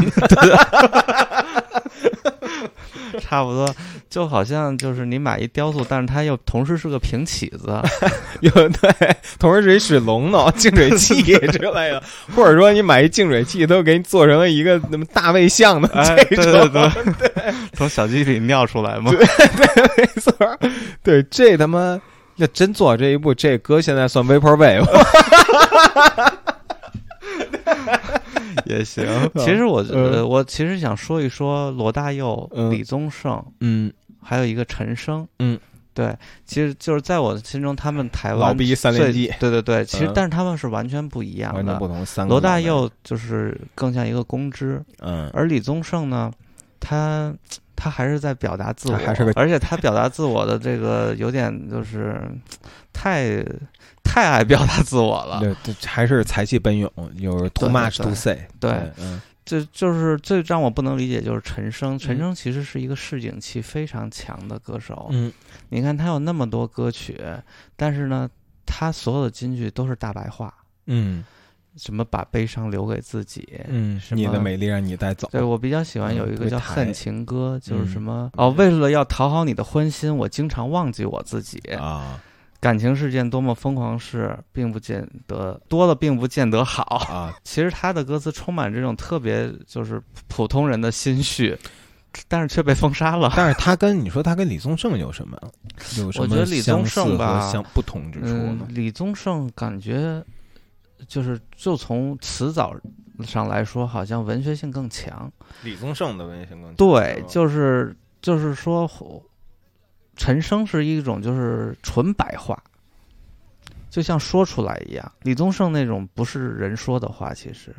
差不多，就好像就是你买一雕塑，但是它又同时是个平起子， 对，同时是一水龙头、净水器之类的，或者说你买一净水器，都给你做成了一个那么大卫像的这种， 对，从小鸡里尿出来嘛， 对，没错，对，这他妈要真做这一步，这歌现在算 Vaporwave 也行。其实我觉得，我其实想说一说罗大佑、李宗盛，还有一个陈升，对，其实就是在我的心中，他们台湾老逼三连击， 对对对，其实但是他们是完全不一样的， 完全不同。三个罗大佑就是更像一个公知，而李宗盛呢，他还是在表达自我，而且他表达自我的这个有点就是太爱表达自我了。 对，还是才气奔涌，有 too much to say。 对，这就是最让我不能理解，就是陈升。陈升其实是一个市井气非常强的歌手。你看他有那么多歌曲，但是呢，他所有的金句都是大白话。什么把悲伤留给自己， 你的美丽让你带走。 对，我比较喜欢有一个叫恨情歌，就是什么为了要讨好你的欢心，我经常忘记我自己啊。 感情事件多么疯狂事，并不见得多了，并不见得好啊。其实他的歌词充满这种特别就是普通人的心绪，但是却被封杀了。 但是他跟你说他跟李宗盛有什么我觉得李宗盛吧相不同之处呢？ 李宗盛感觉就从词藻上来说，好像文学性更强。 李宗盛的文学性更强。 对，就是说，陈升是一种就是纯白话，就像说出来一样。李宗盛那种不是人说的话，其实。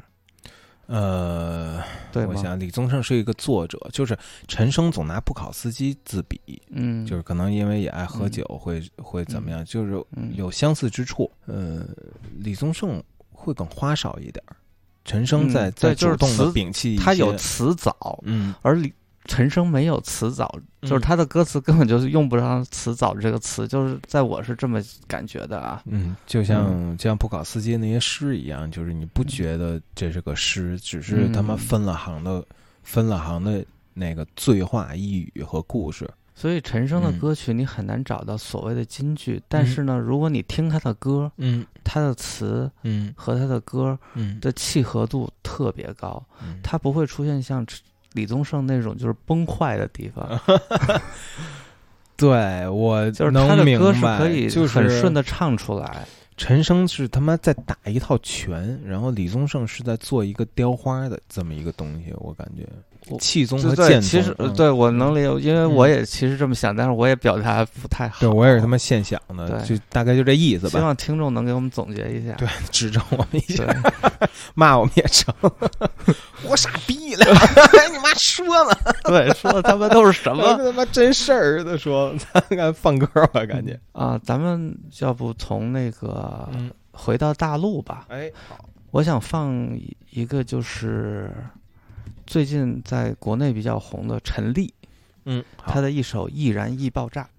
对， 我想李宗盛是一个作者，就是陈升总拿布考斯基自比，就是可能因为也爱喝酒，会怎么样，就是有相似之处。李宗盛会更花哨一点，陈升在主动的摒弃一些， 他有词藻，而陈升没有词藻，就是他的歌词根本就是用不上词藻这个词，就是在我是这么感觉的啊。 就像布考斯基那些诗一样，就是你不觉得这是个诗，只是他妈分了行的那个醉话一语和故事。 所以陈升的歌曲你很难找到所谓的金句，但是呢，如果你听他的歌，他的词，和他的歌，的契合度特别高，他不会出现像李宗盛那种就是崩坏的地方。 对，我就是他的歌是可以就是很顺的唱出来。 陈升是他妈在打一套拳，然后李宗盛是在做一个雕花的这么一个东西，我感觉气宗和剑宗。 其实对我能理解，因为我也其实这么想，但是我也表达不太好。 对，我也是他妈现想的，就大概就这意思吧。 希望听众能给我们总结一下， 对，指正我们一下，骂我们也成。我傻逼了，你妈说了， 对，说的他们都是什么他妈真事儿的说，咱放歌吧，感觉啊，咱们要不从那个回到大陆吧？ 好， 我想放一个就是最近在国内比较红的陈粒，他的一首《易燃易爆炸》。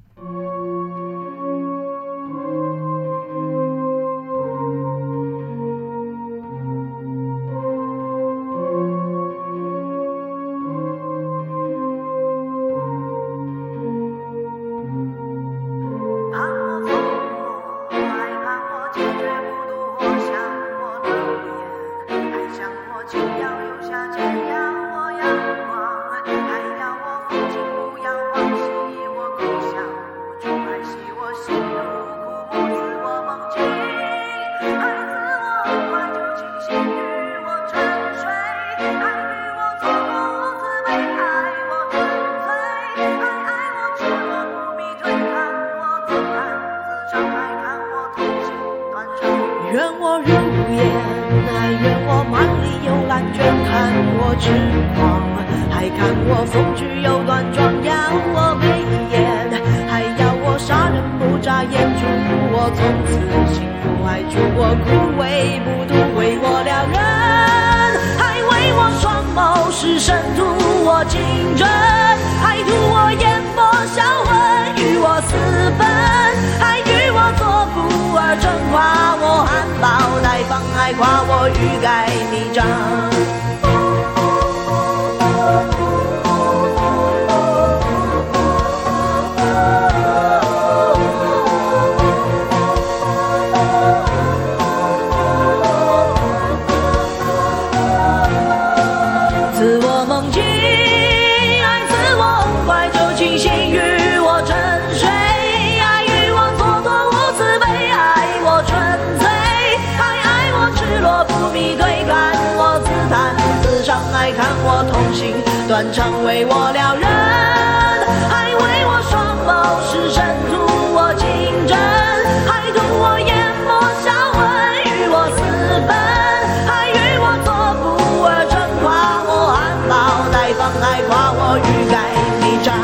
断肠为我撩人，还为我双眸是深图我情真，还图我眼眸销魂，与我私奔，还与我作不二臣，夸我含苞待放，还夸我欲盖弥彰。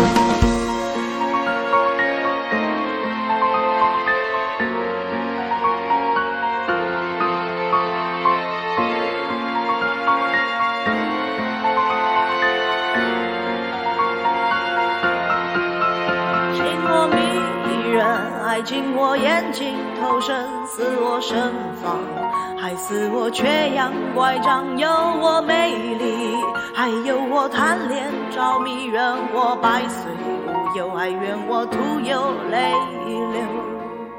爱进我眼睛，投身似我身房，还似我缺氧乖张，有我美丽，还有我贪恋着迷，愿我百岁无忧，还愿我徒有泪流。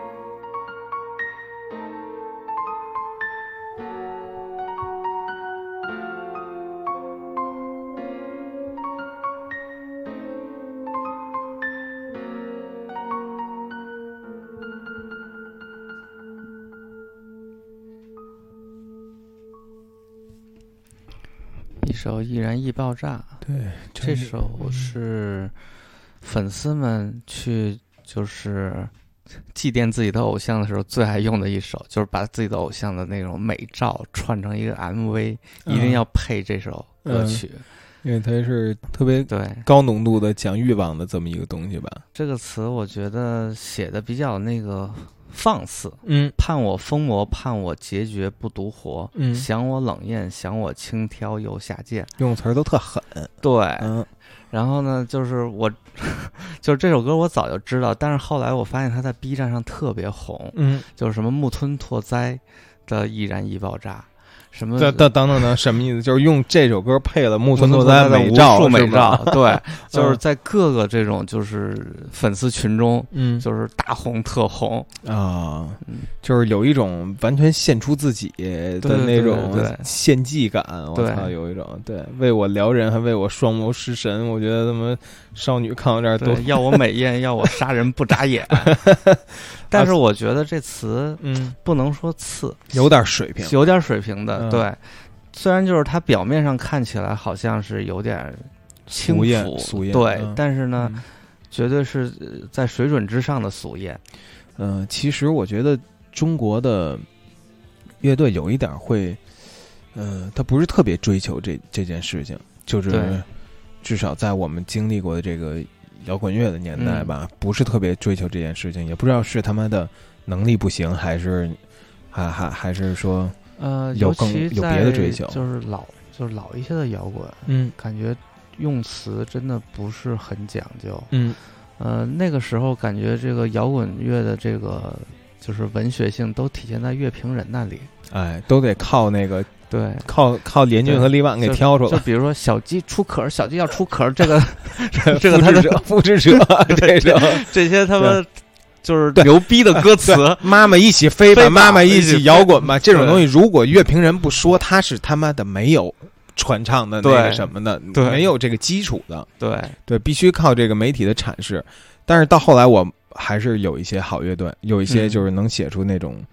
一首《易燃易爆炸》。 对， 这首是粉丝们去就是祭奠自己的偶像的时候最爱用的一首，就是把自己的偶像的那种美照串成一个 MV，一定要配这首歌曲。 因为它是特别对高浓度的讲欲望的这么一个东西吧。 这个词我觉得写的比较那个放肆，盼我疯魔，盼我决绝不独活，想我冷艳，想我轻佻又下贱， 用词都特狠。 对，然后呢，就是就是这首歌我早就知道，但是后来我发现它在 B 站上特别红，就是什么木村拓哉的《易燃易爆炸》。什么？ 等，什么意思？就是用这首歌配了木村拓哉的无数美照， 对，就是在各个这种就是粉丝群中，就是大红特红啊，就是有一种完全献出自己的那种献祭感。我操，有一种对为我撩人，还为我双眸失神。我觉得他们少女看到这儿都要我美艳，要我杀人不眨眼。但是我觉得这词，不能说次， 有点水平， 有点水平的。对，虽然就是它表面上看起来好像是有点轻俗艳， 对，但是呢，绝对是在水准之上的俗艳。 其实我觉得中国的乐队有一点会，他不是特别追求这件事情，就是至少在我们经历过的这个摇滚乐的年代吧，不是特别追求这件事情，也不知道是他们的能力不行，还是说。有别的追求， 就是老一些的摇滚，感觉用词真的不是很讲究，那个时候感觉这个摇滚乐的这个就是文学性都体现在乐评人那里， 哎，都得靠那个对， 靠连俊和李婉给挑出来， 就比如说小鸡出壳，小鸡要出壳，这个复制者这些他们。就是牛逼的歌词， 妈妈一起飞吧，妈妈一起摇滚吧，这种东西，如果乐评人不说，他是他妈的没有传唱的那个什么的，没有这个基础的，对，必须靠这个媒体的阐释。但是到后来，我还是有一些好乐队，有一些就是能写出那种，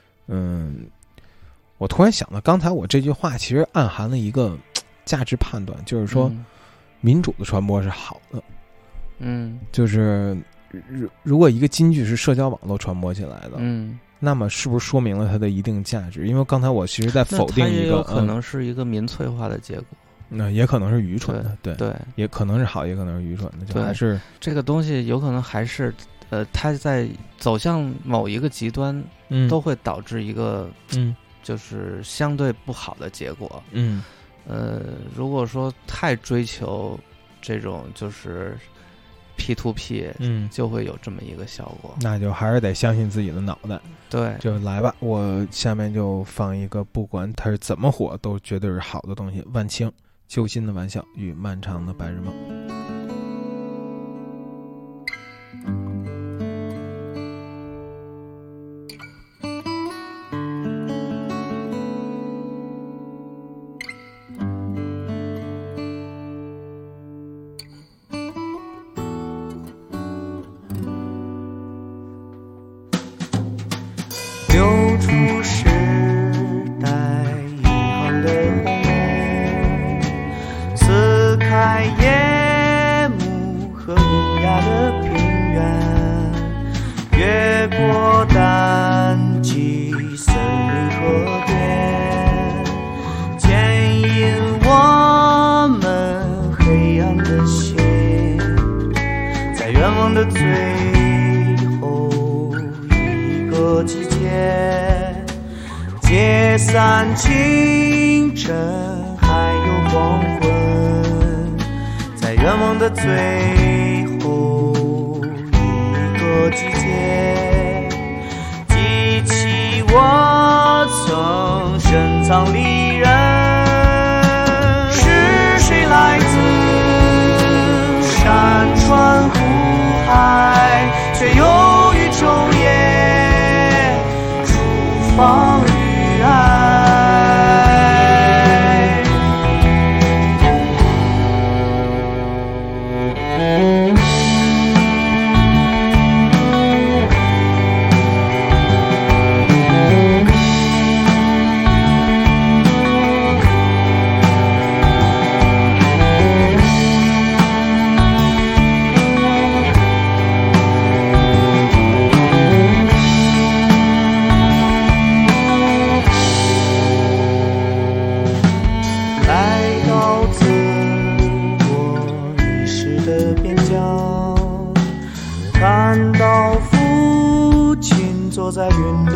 我突然想到，刚才我这句话其实暗含了一个价值判断，就是说，民主的传播是好的，就是。如果一个金句是社交网络传播起来的，那么是不是说明了它的一定价值？因为刚才我其实在否定一个， 有可能是一个民粹化的结果， 那也可能是愚蠢的， 对， 也可能是好，也可能是愚蠢的，就还是这个东西有可能还是它在走向某一个极端，都会导致一个就是相对不好的结果，如果说太追求这种就是P2P，就会有这么一个效果。 那就还是得相信自己的脑袋。 对， 就来吧。我下面就放一个，不管它是怎么火，都绝对是好的东西。万青，揪心的玩笑与漫长的白日梦。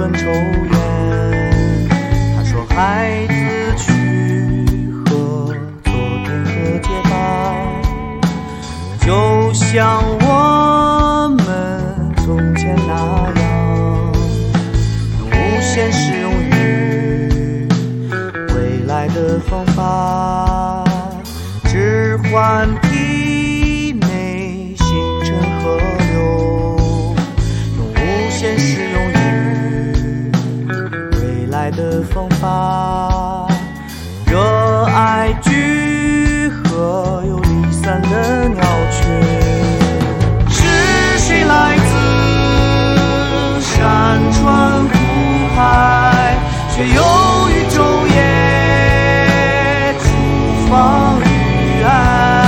顿抽烟。他说孩子去和昨天和解吧，就像我们从前那样，用无限适用于未来的方法，置换体内形成河流，用无限适用于未来的方法，热爱聚合又离散的鸟雀。是谁来自山川湖海，却又于昼夜厨房与爱。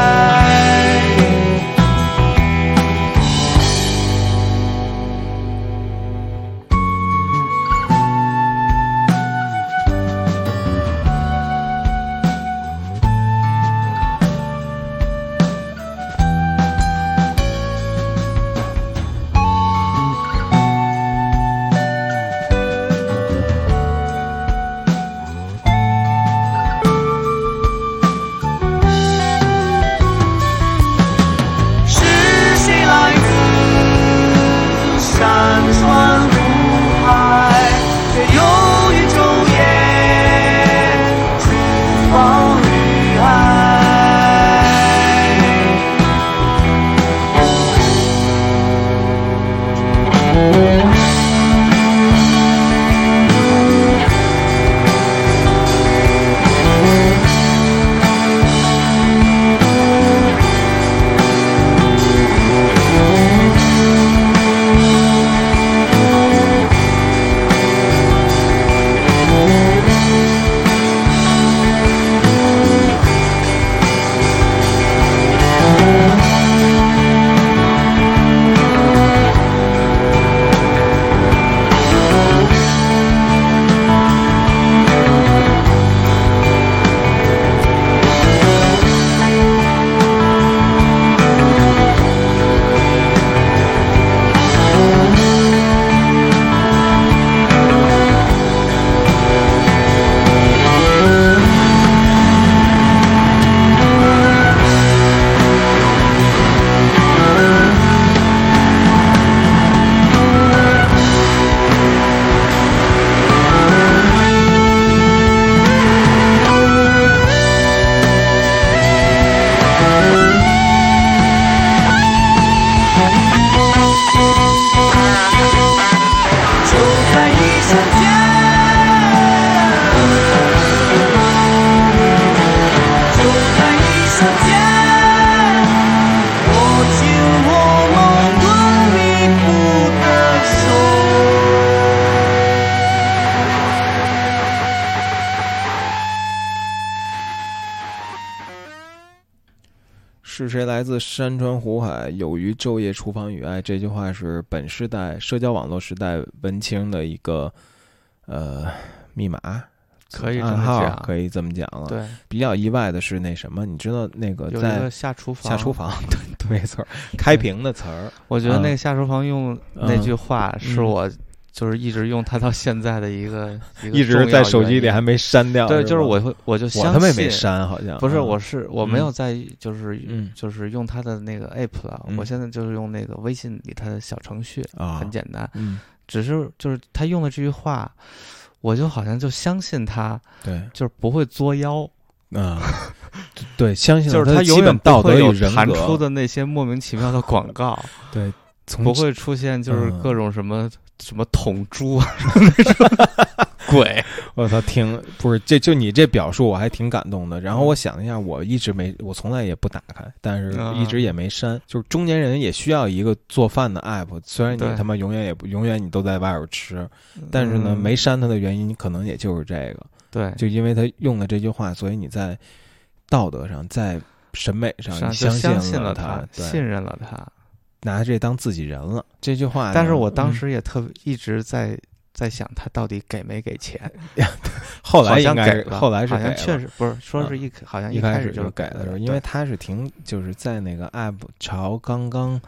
是谁来自山川湖海，有于昼夜厨房与爱，这句话是本世代社交网络时代文青的一个密码， 可以这暗么讲， 号可以这么讲了。 对， 比较意外的是那什么，你知道那个在有一个下厨房， 对，没错，开屏的词儿。 我觉得那个下厨房用那句话是我就是一直用它到现在的一个一直在手机里还没删掉。 对，就是我就相信我他妈也没删，好像不是，我没有在就是用它的那个 app 了，我现在就是用那个微信里它的小程序，很简单，只是就是他用的这句话，我就好像就相信他， 对， 就是不会作妖。 对，相信就是他永远道德与人格弹出的那些莫名其妙的广告， 对， 不会出现就是各种什么捅猪啊那种鬼。 我操，不是就你这表述我还挺感动的。然后我想一下，我从来也不打开，但是一直也没删。就是中年人也需要一个做饭的 app， 虽然你他妈永远你都在外边吃，但是呢，没删它的原因可能也就是这个。 对， 就因为他用了这句话，所以你在道德上，在审美上，你相信了他， 信任了他， 拿这当自己人了。这句话， 但是我当时也一直在想，他到底给没给钱？ 后来应该给了， 后来是好像确实不是，说是好像一开始就是给的时候，因为他是就是在那个 app 潮刚刚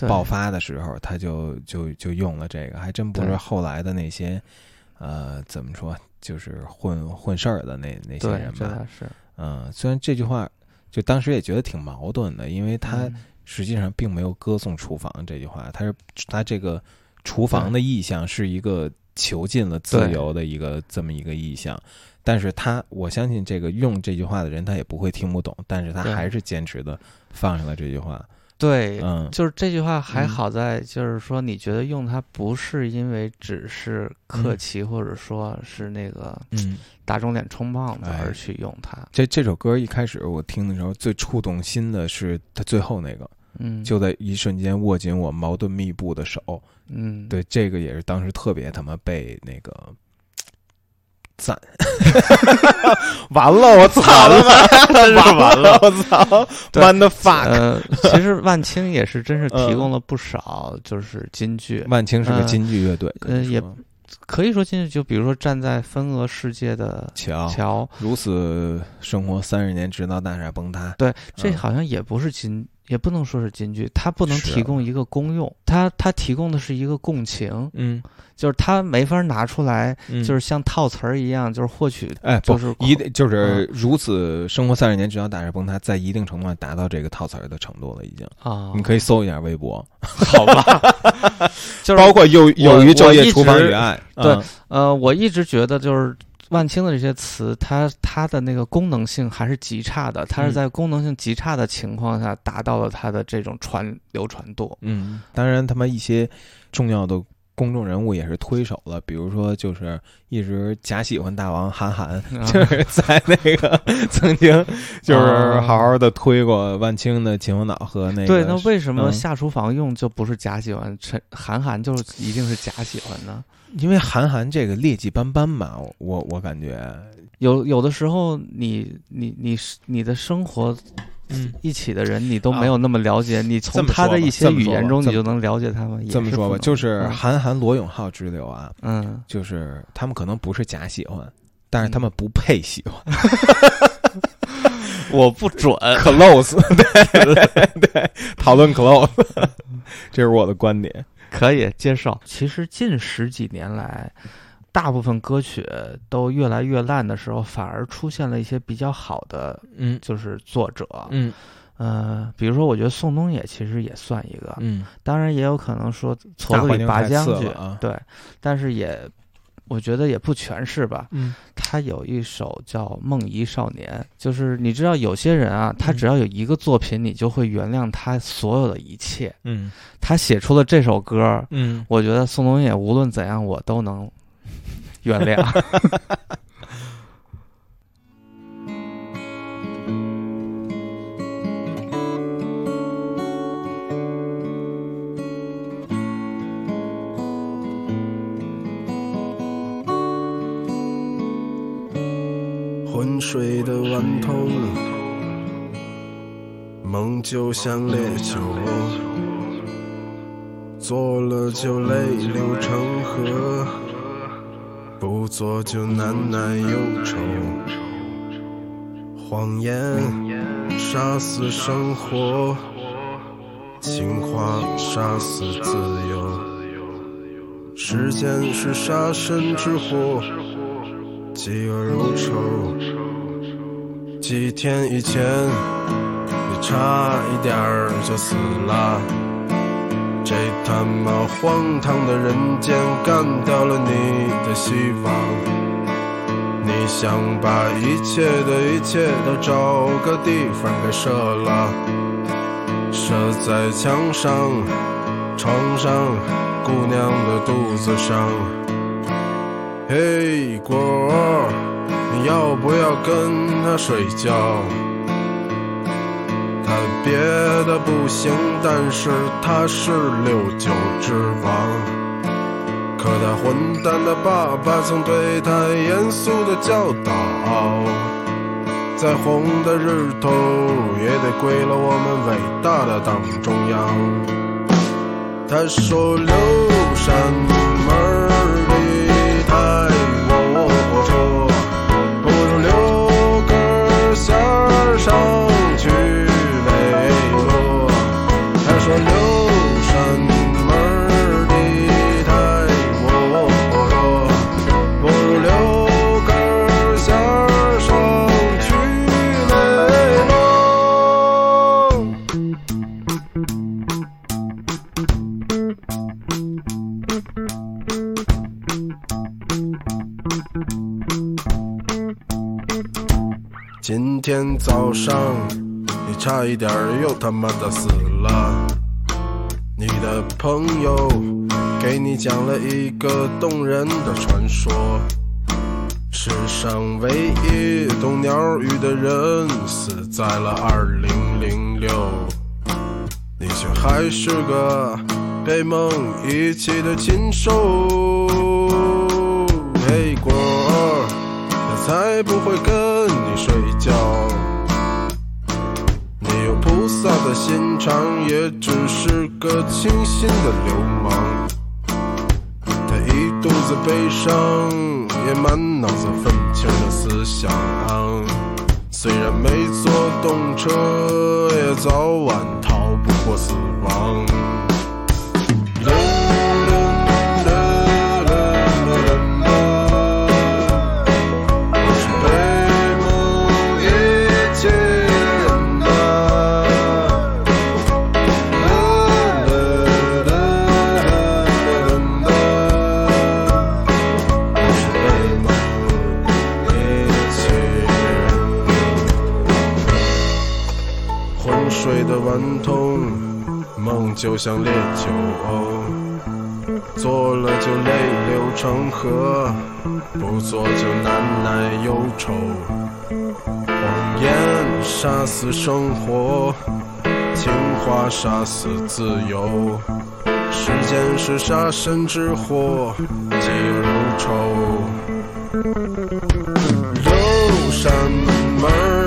爆发的时候，他就用了这个，还真不是后来的那些怎么说，就是混事儿的那些人吧。 是虽然这句话就当时也觉得挺矛盾的，因为他实际上并没有歌颂厨房这句话，他这个厨房的意象是一个囚禁了自由的这么一个意象，但是我相信这个用这句话的人他也不会听不懂，但是他还是坚持的放上了这句话。 对，就是这句话还好在就是说你觉得用它不是因为只是客气，或者说是那个打肿脸充胖子而去用它。 这首歌一开始我听的时候最触动心的是他最后那个就在一瞬间握紧我矛盾密布的手。对，这个也是当时特别他妈被那个赞。完了，我操了，完了，我操 ，what the fuck！ 其实万青也是真是提供了不少，就是金句。 万青是个金句乐队， 也可以说金句，就比如说站在分俄世界的桥， 如此生活30年，直到大厦崩塌。 对，这好像也不是也不能说是金句，它不能提供一个功用，它提供的是一个共情。就是它没法拿出来，就是像套词儿一样，就是获取， 就是如此生活30年，直到大厦崩塌，在一定程度上达到这个套词儿的程度了，已经啊。你可以搜一下微博， 好吧？就是包括友谊昼夜厨房与爱。 对，我一直觉得就是万青的这些词，它的那个功能性还是极差的，它是在功能性极差的情况下达到了它的这种流传度。 当然他们一些重要的公众人物也是推手了，比如说就是一直假喜欢大王韩寒，就是在那个曾经就是好好的推过万青的秦皇岛和那个。 对，那为什么下厨房用就不是假喜欢，韩寒就是一定是假喜欢呢？ 因为韩寒这个劣迹斑斑吧，我感觉有的时候你的生活。一起的人你都没有那么了解，你从他的一些语言中你就能了解他们。 这么说吧，就是韩寒罗永浩之流啊，就是他们可能不是假喜欢，但是他们不配喜欢。 我不准 close， 对，讨论 close， 这是我的观点， 可以接受。其实近10几年来。大部分歌曲都越来越烂的时候，反而出现了一些比较好的，就是作者，比如说，我觉得宋冬野其实也算一个，当然也有可能说矬子里拔将军，对，但是我觉得也不全是吧，他有一首叫《梦遗少年》，就是你知道有些人啊，他只要有一个作品，你就会原谅他所有的一切，他写出了这首歌，我觉得宋冬野无论怎样，我都能。原谅。 昏睡的顽童，梦就像烈酒，做了就泪流成河。不做就难耐忧愁，谎言杀死生活，情话杀死自由。时间是杀身之祸，嫉恶如仇。几天以前，你差一点就死了。这他妈荒唐的人间干掉了你的希望，你想把一切的一切都找个地方给射了，射在墙上、床上、姑娘的肚子上。嘿，果儿，你要不要跟他睡觉？他别的不行，但是他是69之王。可他混蛋的爸爸曾对他严肃的教导，再红的日头也得归了我们伟大的党中央。他说刘山门里太龌龊，不如留根线上去说刘山天早上你差一点又他妈的死了，你的朋友给你讲了一个动人的传说，世上唯一懂鸟语的人死在了2006，你却还是个被梦遗弃的禽兽。黑果他才不会跟你睡觉，你有菩萨的心肠，也只是个清新的流氓。他一肚子悲伤，也满脑子愤青的思想，虽然没坐动车，也早晚逃不过死亡。睡的顽童，梦就像烈酒，做了就泪流成河，不做就难耐忧愁。谎言杀死生活，情话杀死自由，时间是杀身之祸，记如仇。肉山门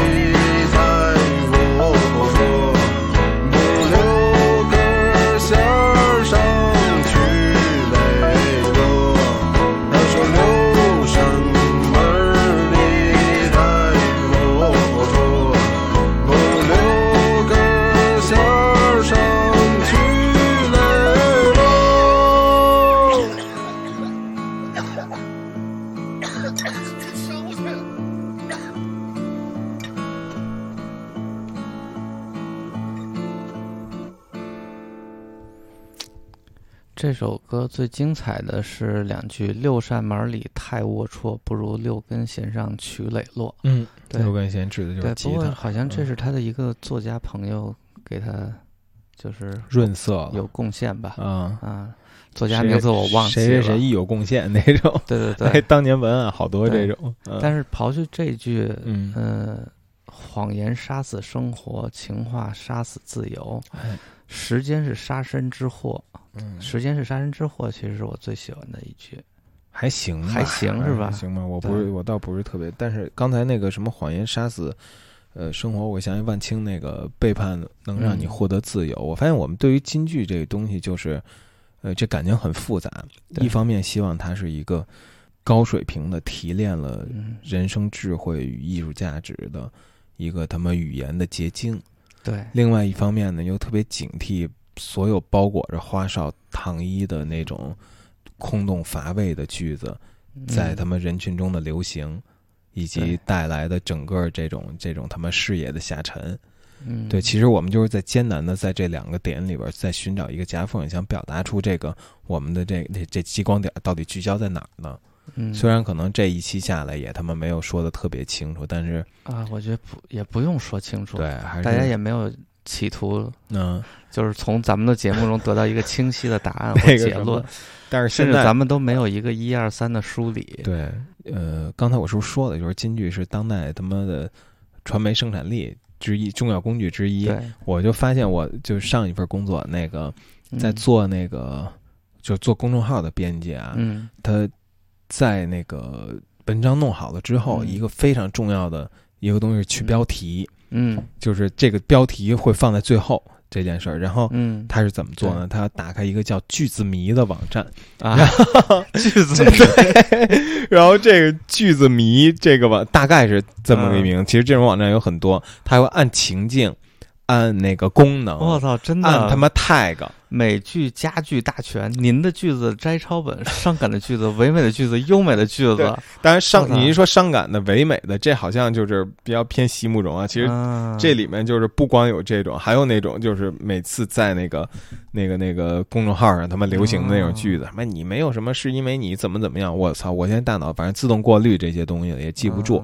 这首歌最精彩的是两句六扇门里太龌龊，不如六根弦上曲磊落。 对，六根弦指的就是吉他。 不过好像这是他的一个作家朋友给他就是润色有贡献吧。作家名字我忘记谁了， 亦有贡献那种。 对对对， 当年文案好多这种。 但是刨去这句，谎言杀死生活，情话杀死自由，时间是杀身之祸。时间是杀身之祸，其实是我最喜欢的一句。 还行吧， 还行是吧？ 行吧，我倒不是特别，但是刚才那个什么谎言杀死生活，我想起万青那个背叛能让你获得自由。我发现我们对于京剧这个东西，就是这感情很复杂。一方面希望它是一个高水平的提炼了人生智慧与艺术价值的一个他们语言的结晶。 对。 另外一方面呢，又特别警惕所有包裹着花哨糖衣的那种空洞乏味的句子在他们人群中的流行，以及带来的整个这种他们视野的下沉。对，其实我们就是在艰难的在这两个点里边在寻找一个夹缝，想表达出这个我们的这激光点到底聚焦在哪儿呢？虽然可能这一期下来也他们没有说的特别清楚，但是我觉得也不用说清楚， 对，还是大家也没有企图就是从咱们的节目中得到一个清晰的答案或结论， 但是甚至咱们都没有一个1、2、3的梳理。 对，刚才我是不是说了，就是京剧是当代他妈的传媒生产力之一，重要工具之一。我就发现，我就上一份工作那个在做那个就做公众号的编辑啊，他在那个文章弄好了之后，一个非常重要的一个东西是取标题。就是这个标题会放在最后这件事儿，然后他是怎么做呢？他打开一个叫句子迷的网站然后句子迷，然后这个句子迷这个网大概是这么个名。其实这种网站有很多，它会按情境、按那个功能， 我操，真的按他妈 tag。 美剧佳句大全，您的句子摘抄本，伤感的句子，唯美的句子，优美的句子。 当然你一说伤感的、唯美的，这好像就是比较偏席慕容啊。其实这里面就是不光有这种，还有那种就是每次在那个公众号上他们流行的那种句子，什么你没有什么是因为你怎么样，我操，我现在大脑反正自动过滤这些东西也记不住。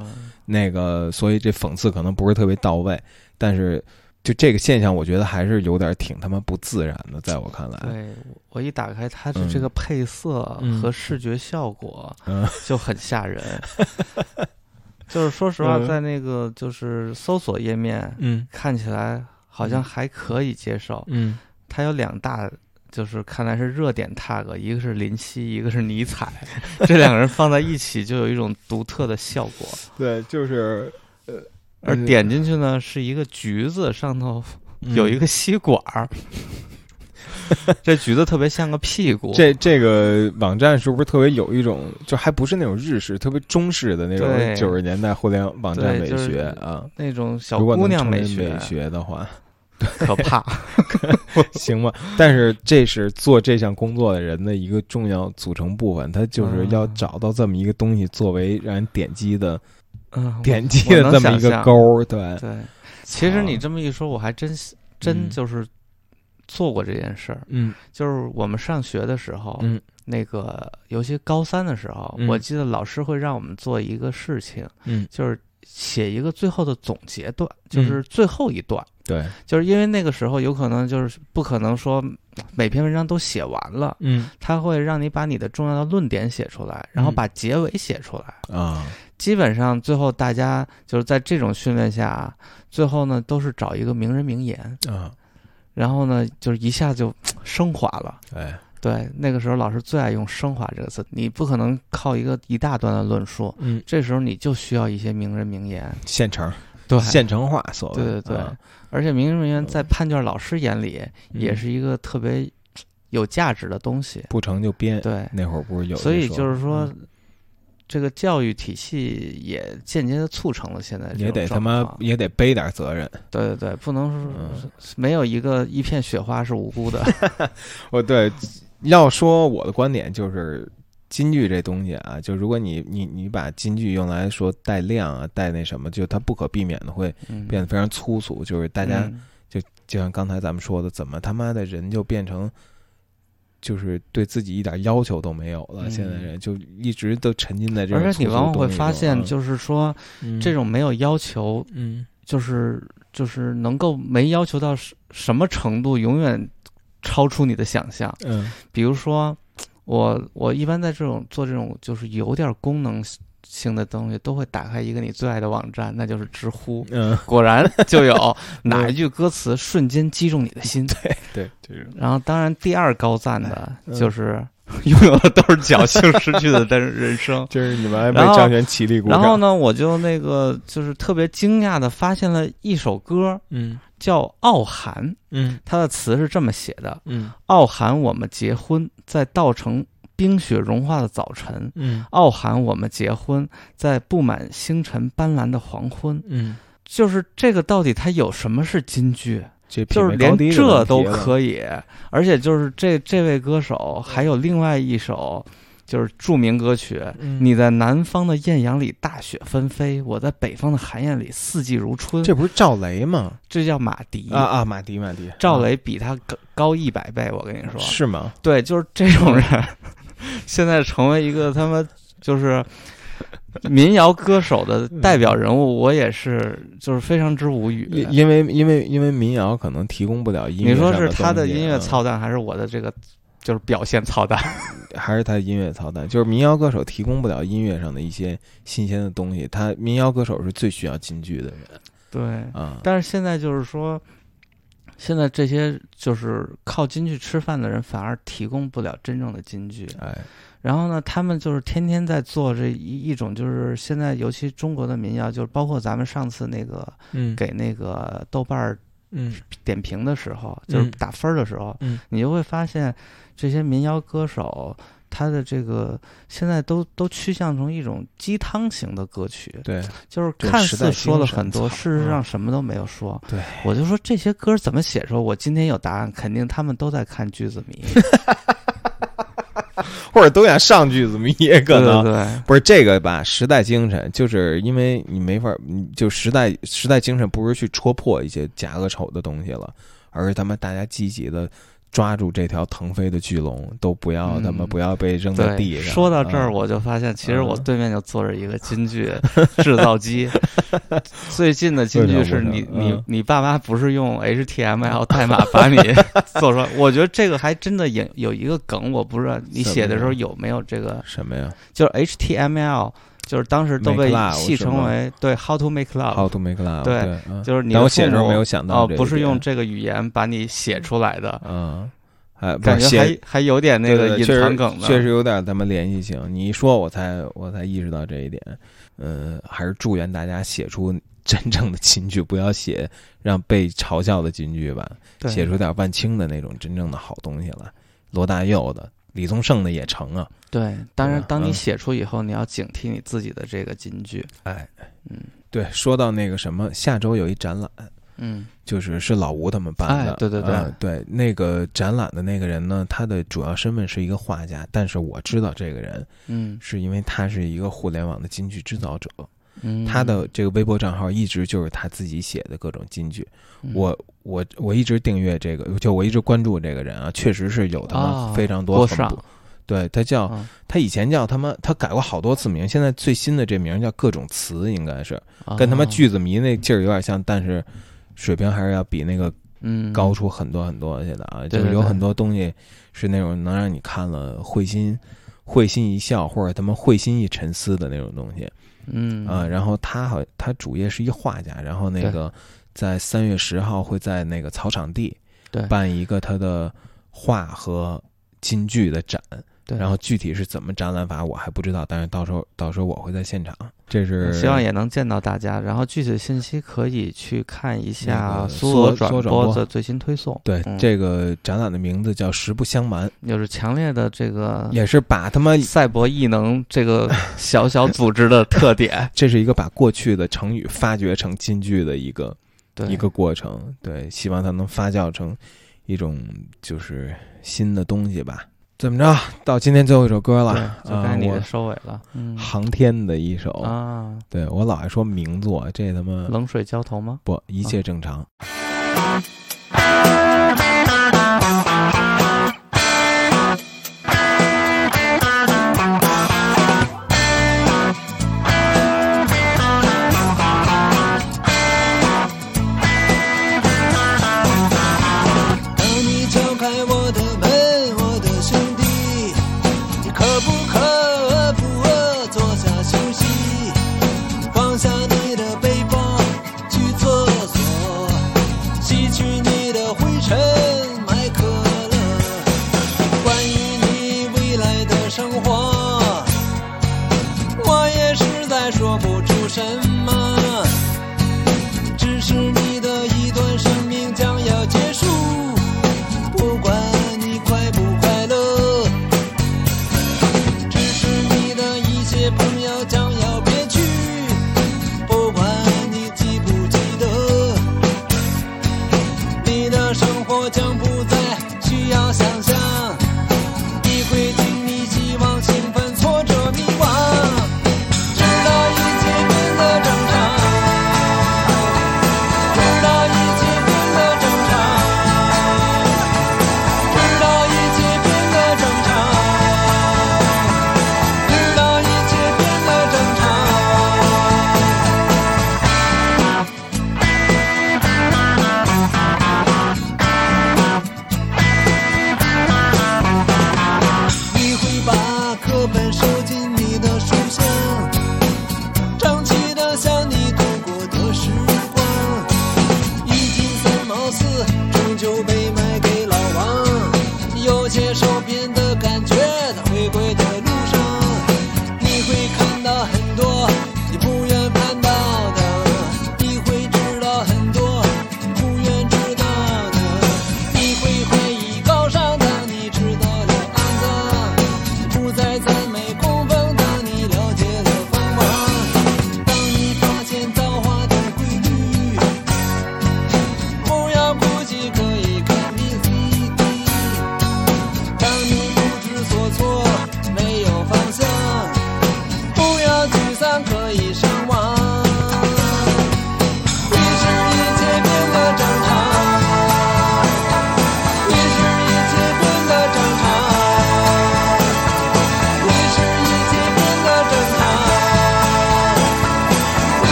那个所以这讽刺可能不是特别到位，但是就这个现象我觉得还是有点挺他妈不自然的，在我看来。 对，我一打开它的这个配色和视觉效果就很吓人。就是说实话，在那个就是搜索页面看起来好像还可以接受。它有2大就是看来是热点 tag， 一个是林夕，一个是尼采，这2个人放在一起就有一种独特的效果。 对，就是而点进去呢是一个橘子，上头有一个吸管这橘子特别像个屁股。 这个网站是不是特别有一种，就还不是那种日式，特别中式的那种90年代互联网站美学啊， 那种小姑娘美学的话， 可怕， 行吧？但是这是做这项工作的人的一个重要组成部分，他就是要找到这么一个东西作为让人点击的。点击的这么一个勾，对。 其实你这么一说，我还真就是做过这件事儿。就是我们上学的时候，那个尤其高3的时候，我记得老师会让我们做一个事情，就是写一个最后的总结段，就是最后一段。 对， 就是因为那个时候有可能就是不可能说每篇文章都写完了，他会让你把你的重要的论点写出来，然后把结尾写出来啊。基本上最后大家就是在这种训练下，最后呢都是找一个名人名言啊，然后呢就是一下就升华了。对，那个时候老师最爱用升华这个词，你不可能靠一大段的论述，这时候你就需要一些名人名言， 现成。 对， 现成化所谓。 对，而且名人名言在判卷老师眼里也是一个特别有价值的东西， 不成就编。 对， 那会儿不是有， 所以就是说，这个教育体系也间接的促成了现在也得他妈也得背点责任。 对，不能说没有一片雪花是无辜的。 对，要说我的观点就是。金句这东西啊，就如果你把金句用来说带量啊，带那什么，就它不可避免的会变得非常粗俗。就是大家就像刚才咱们说的，怎么他妈的人就变成就是对自己一点要求都没有了？现在人就一直都沉浸在这种粗俗的东西中。 而且你往往会发现，就是说这种没有要求，就是能够没要求到什么程度，永远超出你的想象。比如说。我一般在做这种就是有点功能性的东西，都会打开一个你最爱的网站，那就是知乎。果然就有哪一句歌词瞬间击中你的心。 对。 然后当然第2高赞的就是拥有的都是侥幸失去的人生。 就是你们还为张悬起立鼓掌。 然后呢，我就就是特别惊讶的发现了一首歌，叫《傲寒》，它的词是这么写的，傲寒我们结婚，在稻城冰雪融化的早晨，傲寒我们结婚，在布满星辰斑斓的黄昏，就是这个到底它有什么是金句？就是连这都可以，而且就是这位歌手还有另外一首。就是著名歌曲，你在南方的艳阳里大雪纷飞，我在北方的寒夜里四季如春。 这不是赵雷吗？ 这叫马迪啊！马迪， 赵雷比他高100倍，我跟你说。 是吗？ 对，就是这种人，现在成为一个他们就是民谣歌手的代表人物，我也是就是非常之无语。 因为民谣可能提供不了音乐上的东西。 你说是他的音乐操蛋，还是我的这个？就是表现操蛋， 还是他的音乐操蛋？就是民谣歌手提供不了音乐上的一些新鲜的东西，他民谣歌手是最需要金句的人。 对啊，但是现在就是说，现在这些就是靠金句吃饭的人，反而提供不了真正的金句。然后呢，他们就是天天在做这一种，就是现在尤其中国的民谣，就是包括咱们上次那个给那个豆瓣点评的时候，就是打分的时候，你就会发现这些民谣歌手他的这个现在都趋向成一种鸡汤型的歌曲。 对， 就是看似说了很多，事实上什么都没有说。 对， 我就说这些歌怎么写出来？我今天有答案，肯定他们都在看句子迷。 或者都想上句子迷也可能。 对， 不是这个吧？时代精神就是因为你没法，就时代精神不是去戳破一些假恶丑的东西了，而是他们大家积极的抓住这条腾飞的巨龙，都不要他们不要被扔在地上。 说到这儿，我就发现，其实我对面就坐着一个京剧制造机。最近的京剧是你爸妈不是用 HTML 代码把你做出来？我觉得这个还真的有一个梗，我不知道你写的时候有没有这个什么呀？ 就是 HTML。就是当时都被戏称为对 how to make love， 对，就是你。 但我写的时候没有想到不是用这个语言把你写出来的， 感觉还有点那个隐藏梗的， 确实有点咱们联系性。你一说我才意识到这一点。还是祝愿大家写出真正的京剧，不要写让被嘲笑的京剧吧，写出点万青的那种真正的好东西来。罗大佑的、李宗盛的也成啊。 对，当然，当你写出以后，你要警惕你自己的这个金句。 对，说到那个什么，下周有一展览，就是老吴他们办的，对，那个展览的那个人呢，他的主要身份是一个画家，但是我知道这个人，是因为他是一个互联网的金句制造者，他的这个微博账号一直就是他自己写的各种金句，我一直订阅这个，就我一直关注这个人啊，确实是有他们非常多很多。对，他以前叫他改过好多次名，现在最新的这名叫各种词，应该是跟他妈句子迷那劲儿有点像，但是水平还是要比那个高出很多很多去的啊。就是有很多东西是那种能让你看了会心一笑，或者他们会心一沉思的那种东西。然后他主业是一画家，然后那个在3月10号会在那个草场地办一个他的画和京剧的展。然后具体是怎么展览法我还不知道，但是到时候我会在现场，这是希望也能见到大家。然后具体的信息可以去看一下苏俄转播的最新推送。 对，这个展览的名字叫实不相瞒， 就是强烈的这个也是把他们赛博异能这个小组织的特点这是一个把过去的成语发掘成京剧的一个过程。对，希望它能发酵成一种就是新的东西吧。怎么着？到今天最后一首歌了， 就该你的收尾了。 航天的一首啊，对，我老爱说名作，这他妈冷水浇头吗？ 不，一切正常。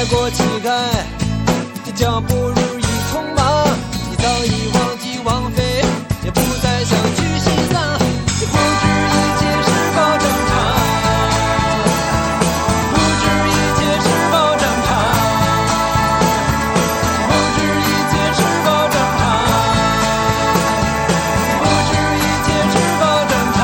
过乞丐，你脚步如一匆忙，你早已忘记王妃，也不再想去西藏，也不知一切是否正常，不知一切是否正常，不知一切是否正常，不知一切是否正常。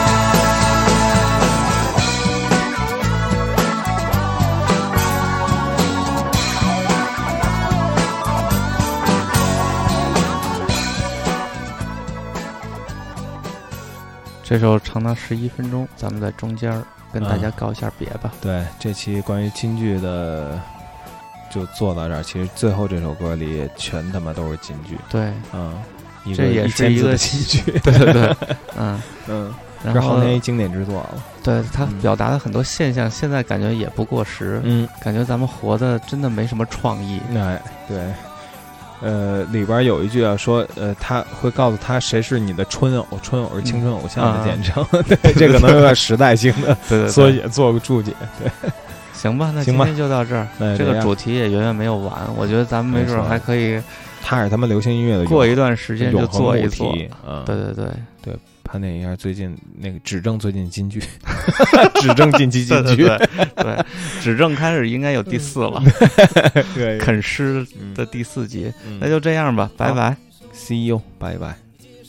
这首长达11分钟，咱们在中间跟大家告一下别吧。 对，这期关于京剧的就做到这儿。其实最后这首歌里全他妈都是京剧。 对， 这也是一个京剧。 对对对，然后这是后天一经典之作了。 对，它表达的很多现象，现在感觉也不过时。感觉咱们活的真的没什么创意。 哎，对。里边有一句啊，说他会告诉他谁是你的春偶，春偶是青春偶像的简称。对，这可能有点时代性的， 对， 所以做个注解。对， 行吧，那今天就到这儿。这个主题也远远没有完，我觉得咱们没准还可以。 它是他们流行音乐的， 过一段时间就做一做。对对对对，盘点一下最近那个指正最近金句，指正近期金句， 对，指正开始应该有第4了，啃诗的第4集，那就这样吧，拜拜 ，See you， 拜拜。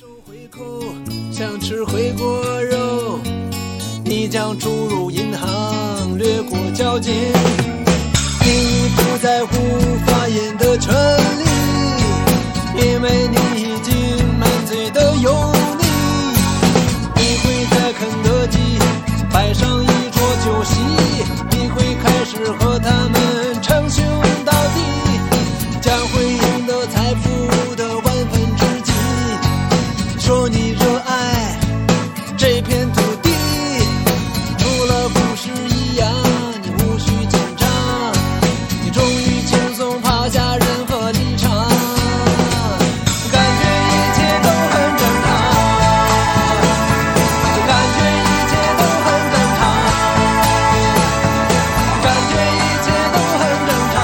想吃回锅肉，你将注入银行，掠过交警，你已不在乎发言的权利，因为你已经满嘴的油腻。你会在肯德基摆上一桌酒席，你会开始和他们称兄道弟，将会赢得财富的万分之几。说你热爱这片土地，除了不是一样，你无需紧张，你终于轻松抛下任何立场，感觉一切都很正常，就感觉一切都很正常，感觉一切都很正常，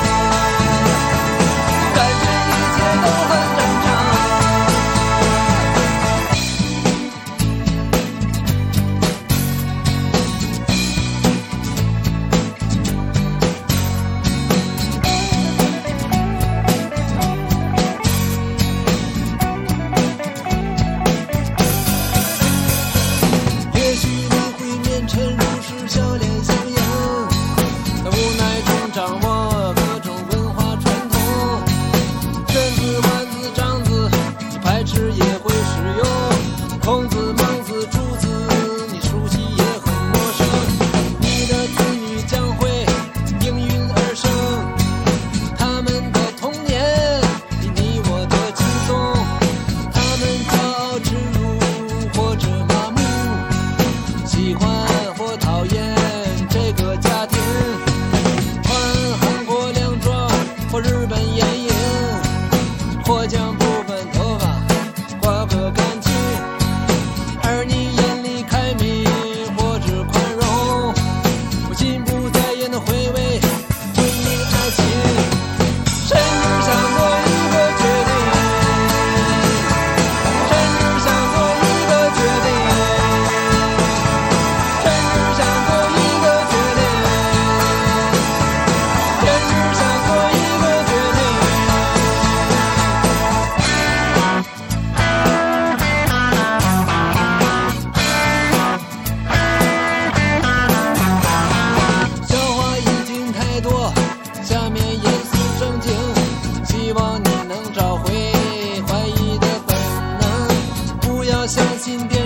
感觉一切都很正常。也许你会面沉如石，笑脸相迎，在无奈中掌握各种文化传统，孙子、丸子、长子，你排斥也会使用，孔子、孟子、朱子，你熟悉也很陌生，你的子女将会应运而生，他们的童年比你我的轻松，他们骄傲耻辱或者麻木，喜欢或讨厌这个家庭，穿韩国凉装或日本眼影，或将部分头发刮个干净，而你眼里开明或者宽容，我心不在焉的回味婚姻爱情，甚至想做一个决定，甚至想做一个决定，甚至想做一个决定，甚至想做一个决定。笑话已经太多，下面严肃正经，希望你能找回怀疑的本能，不要相信别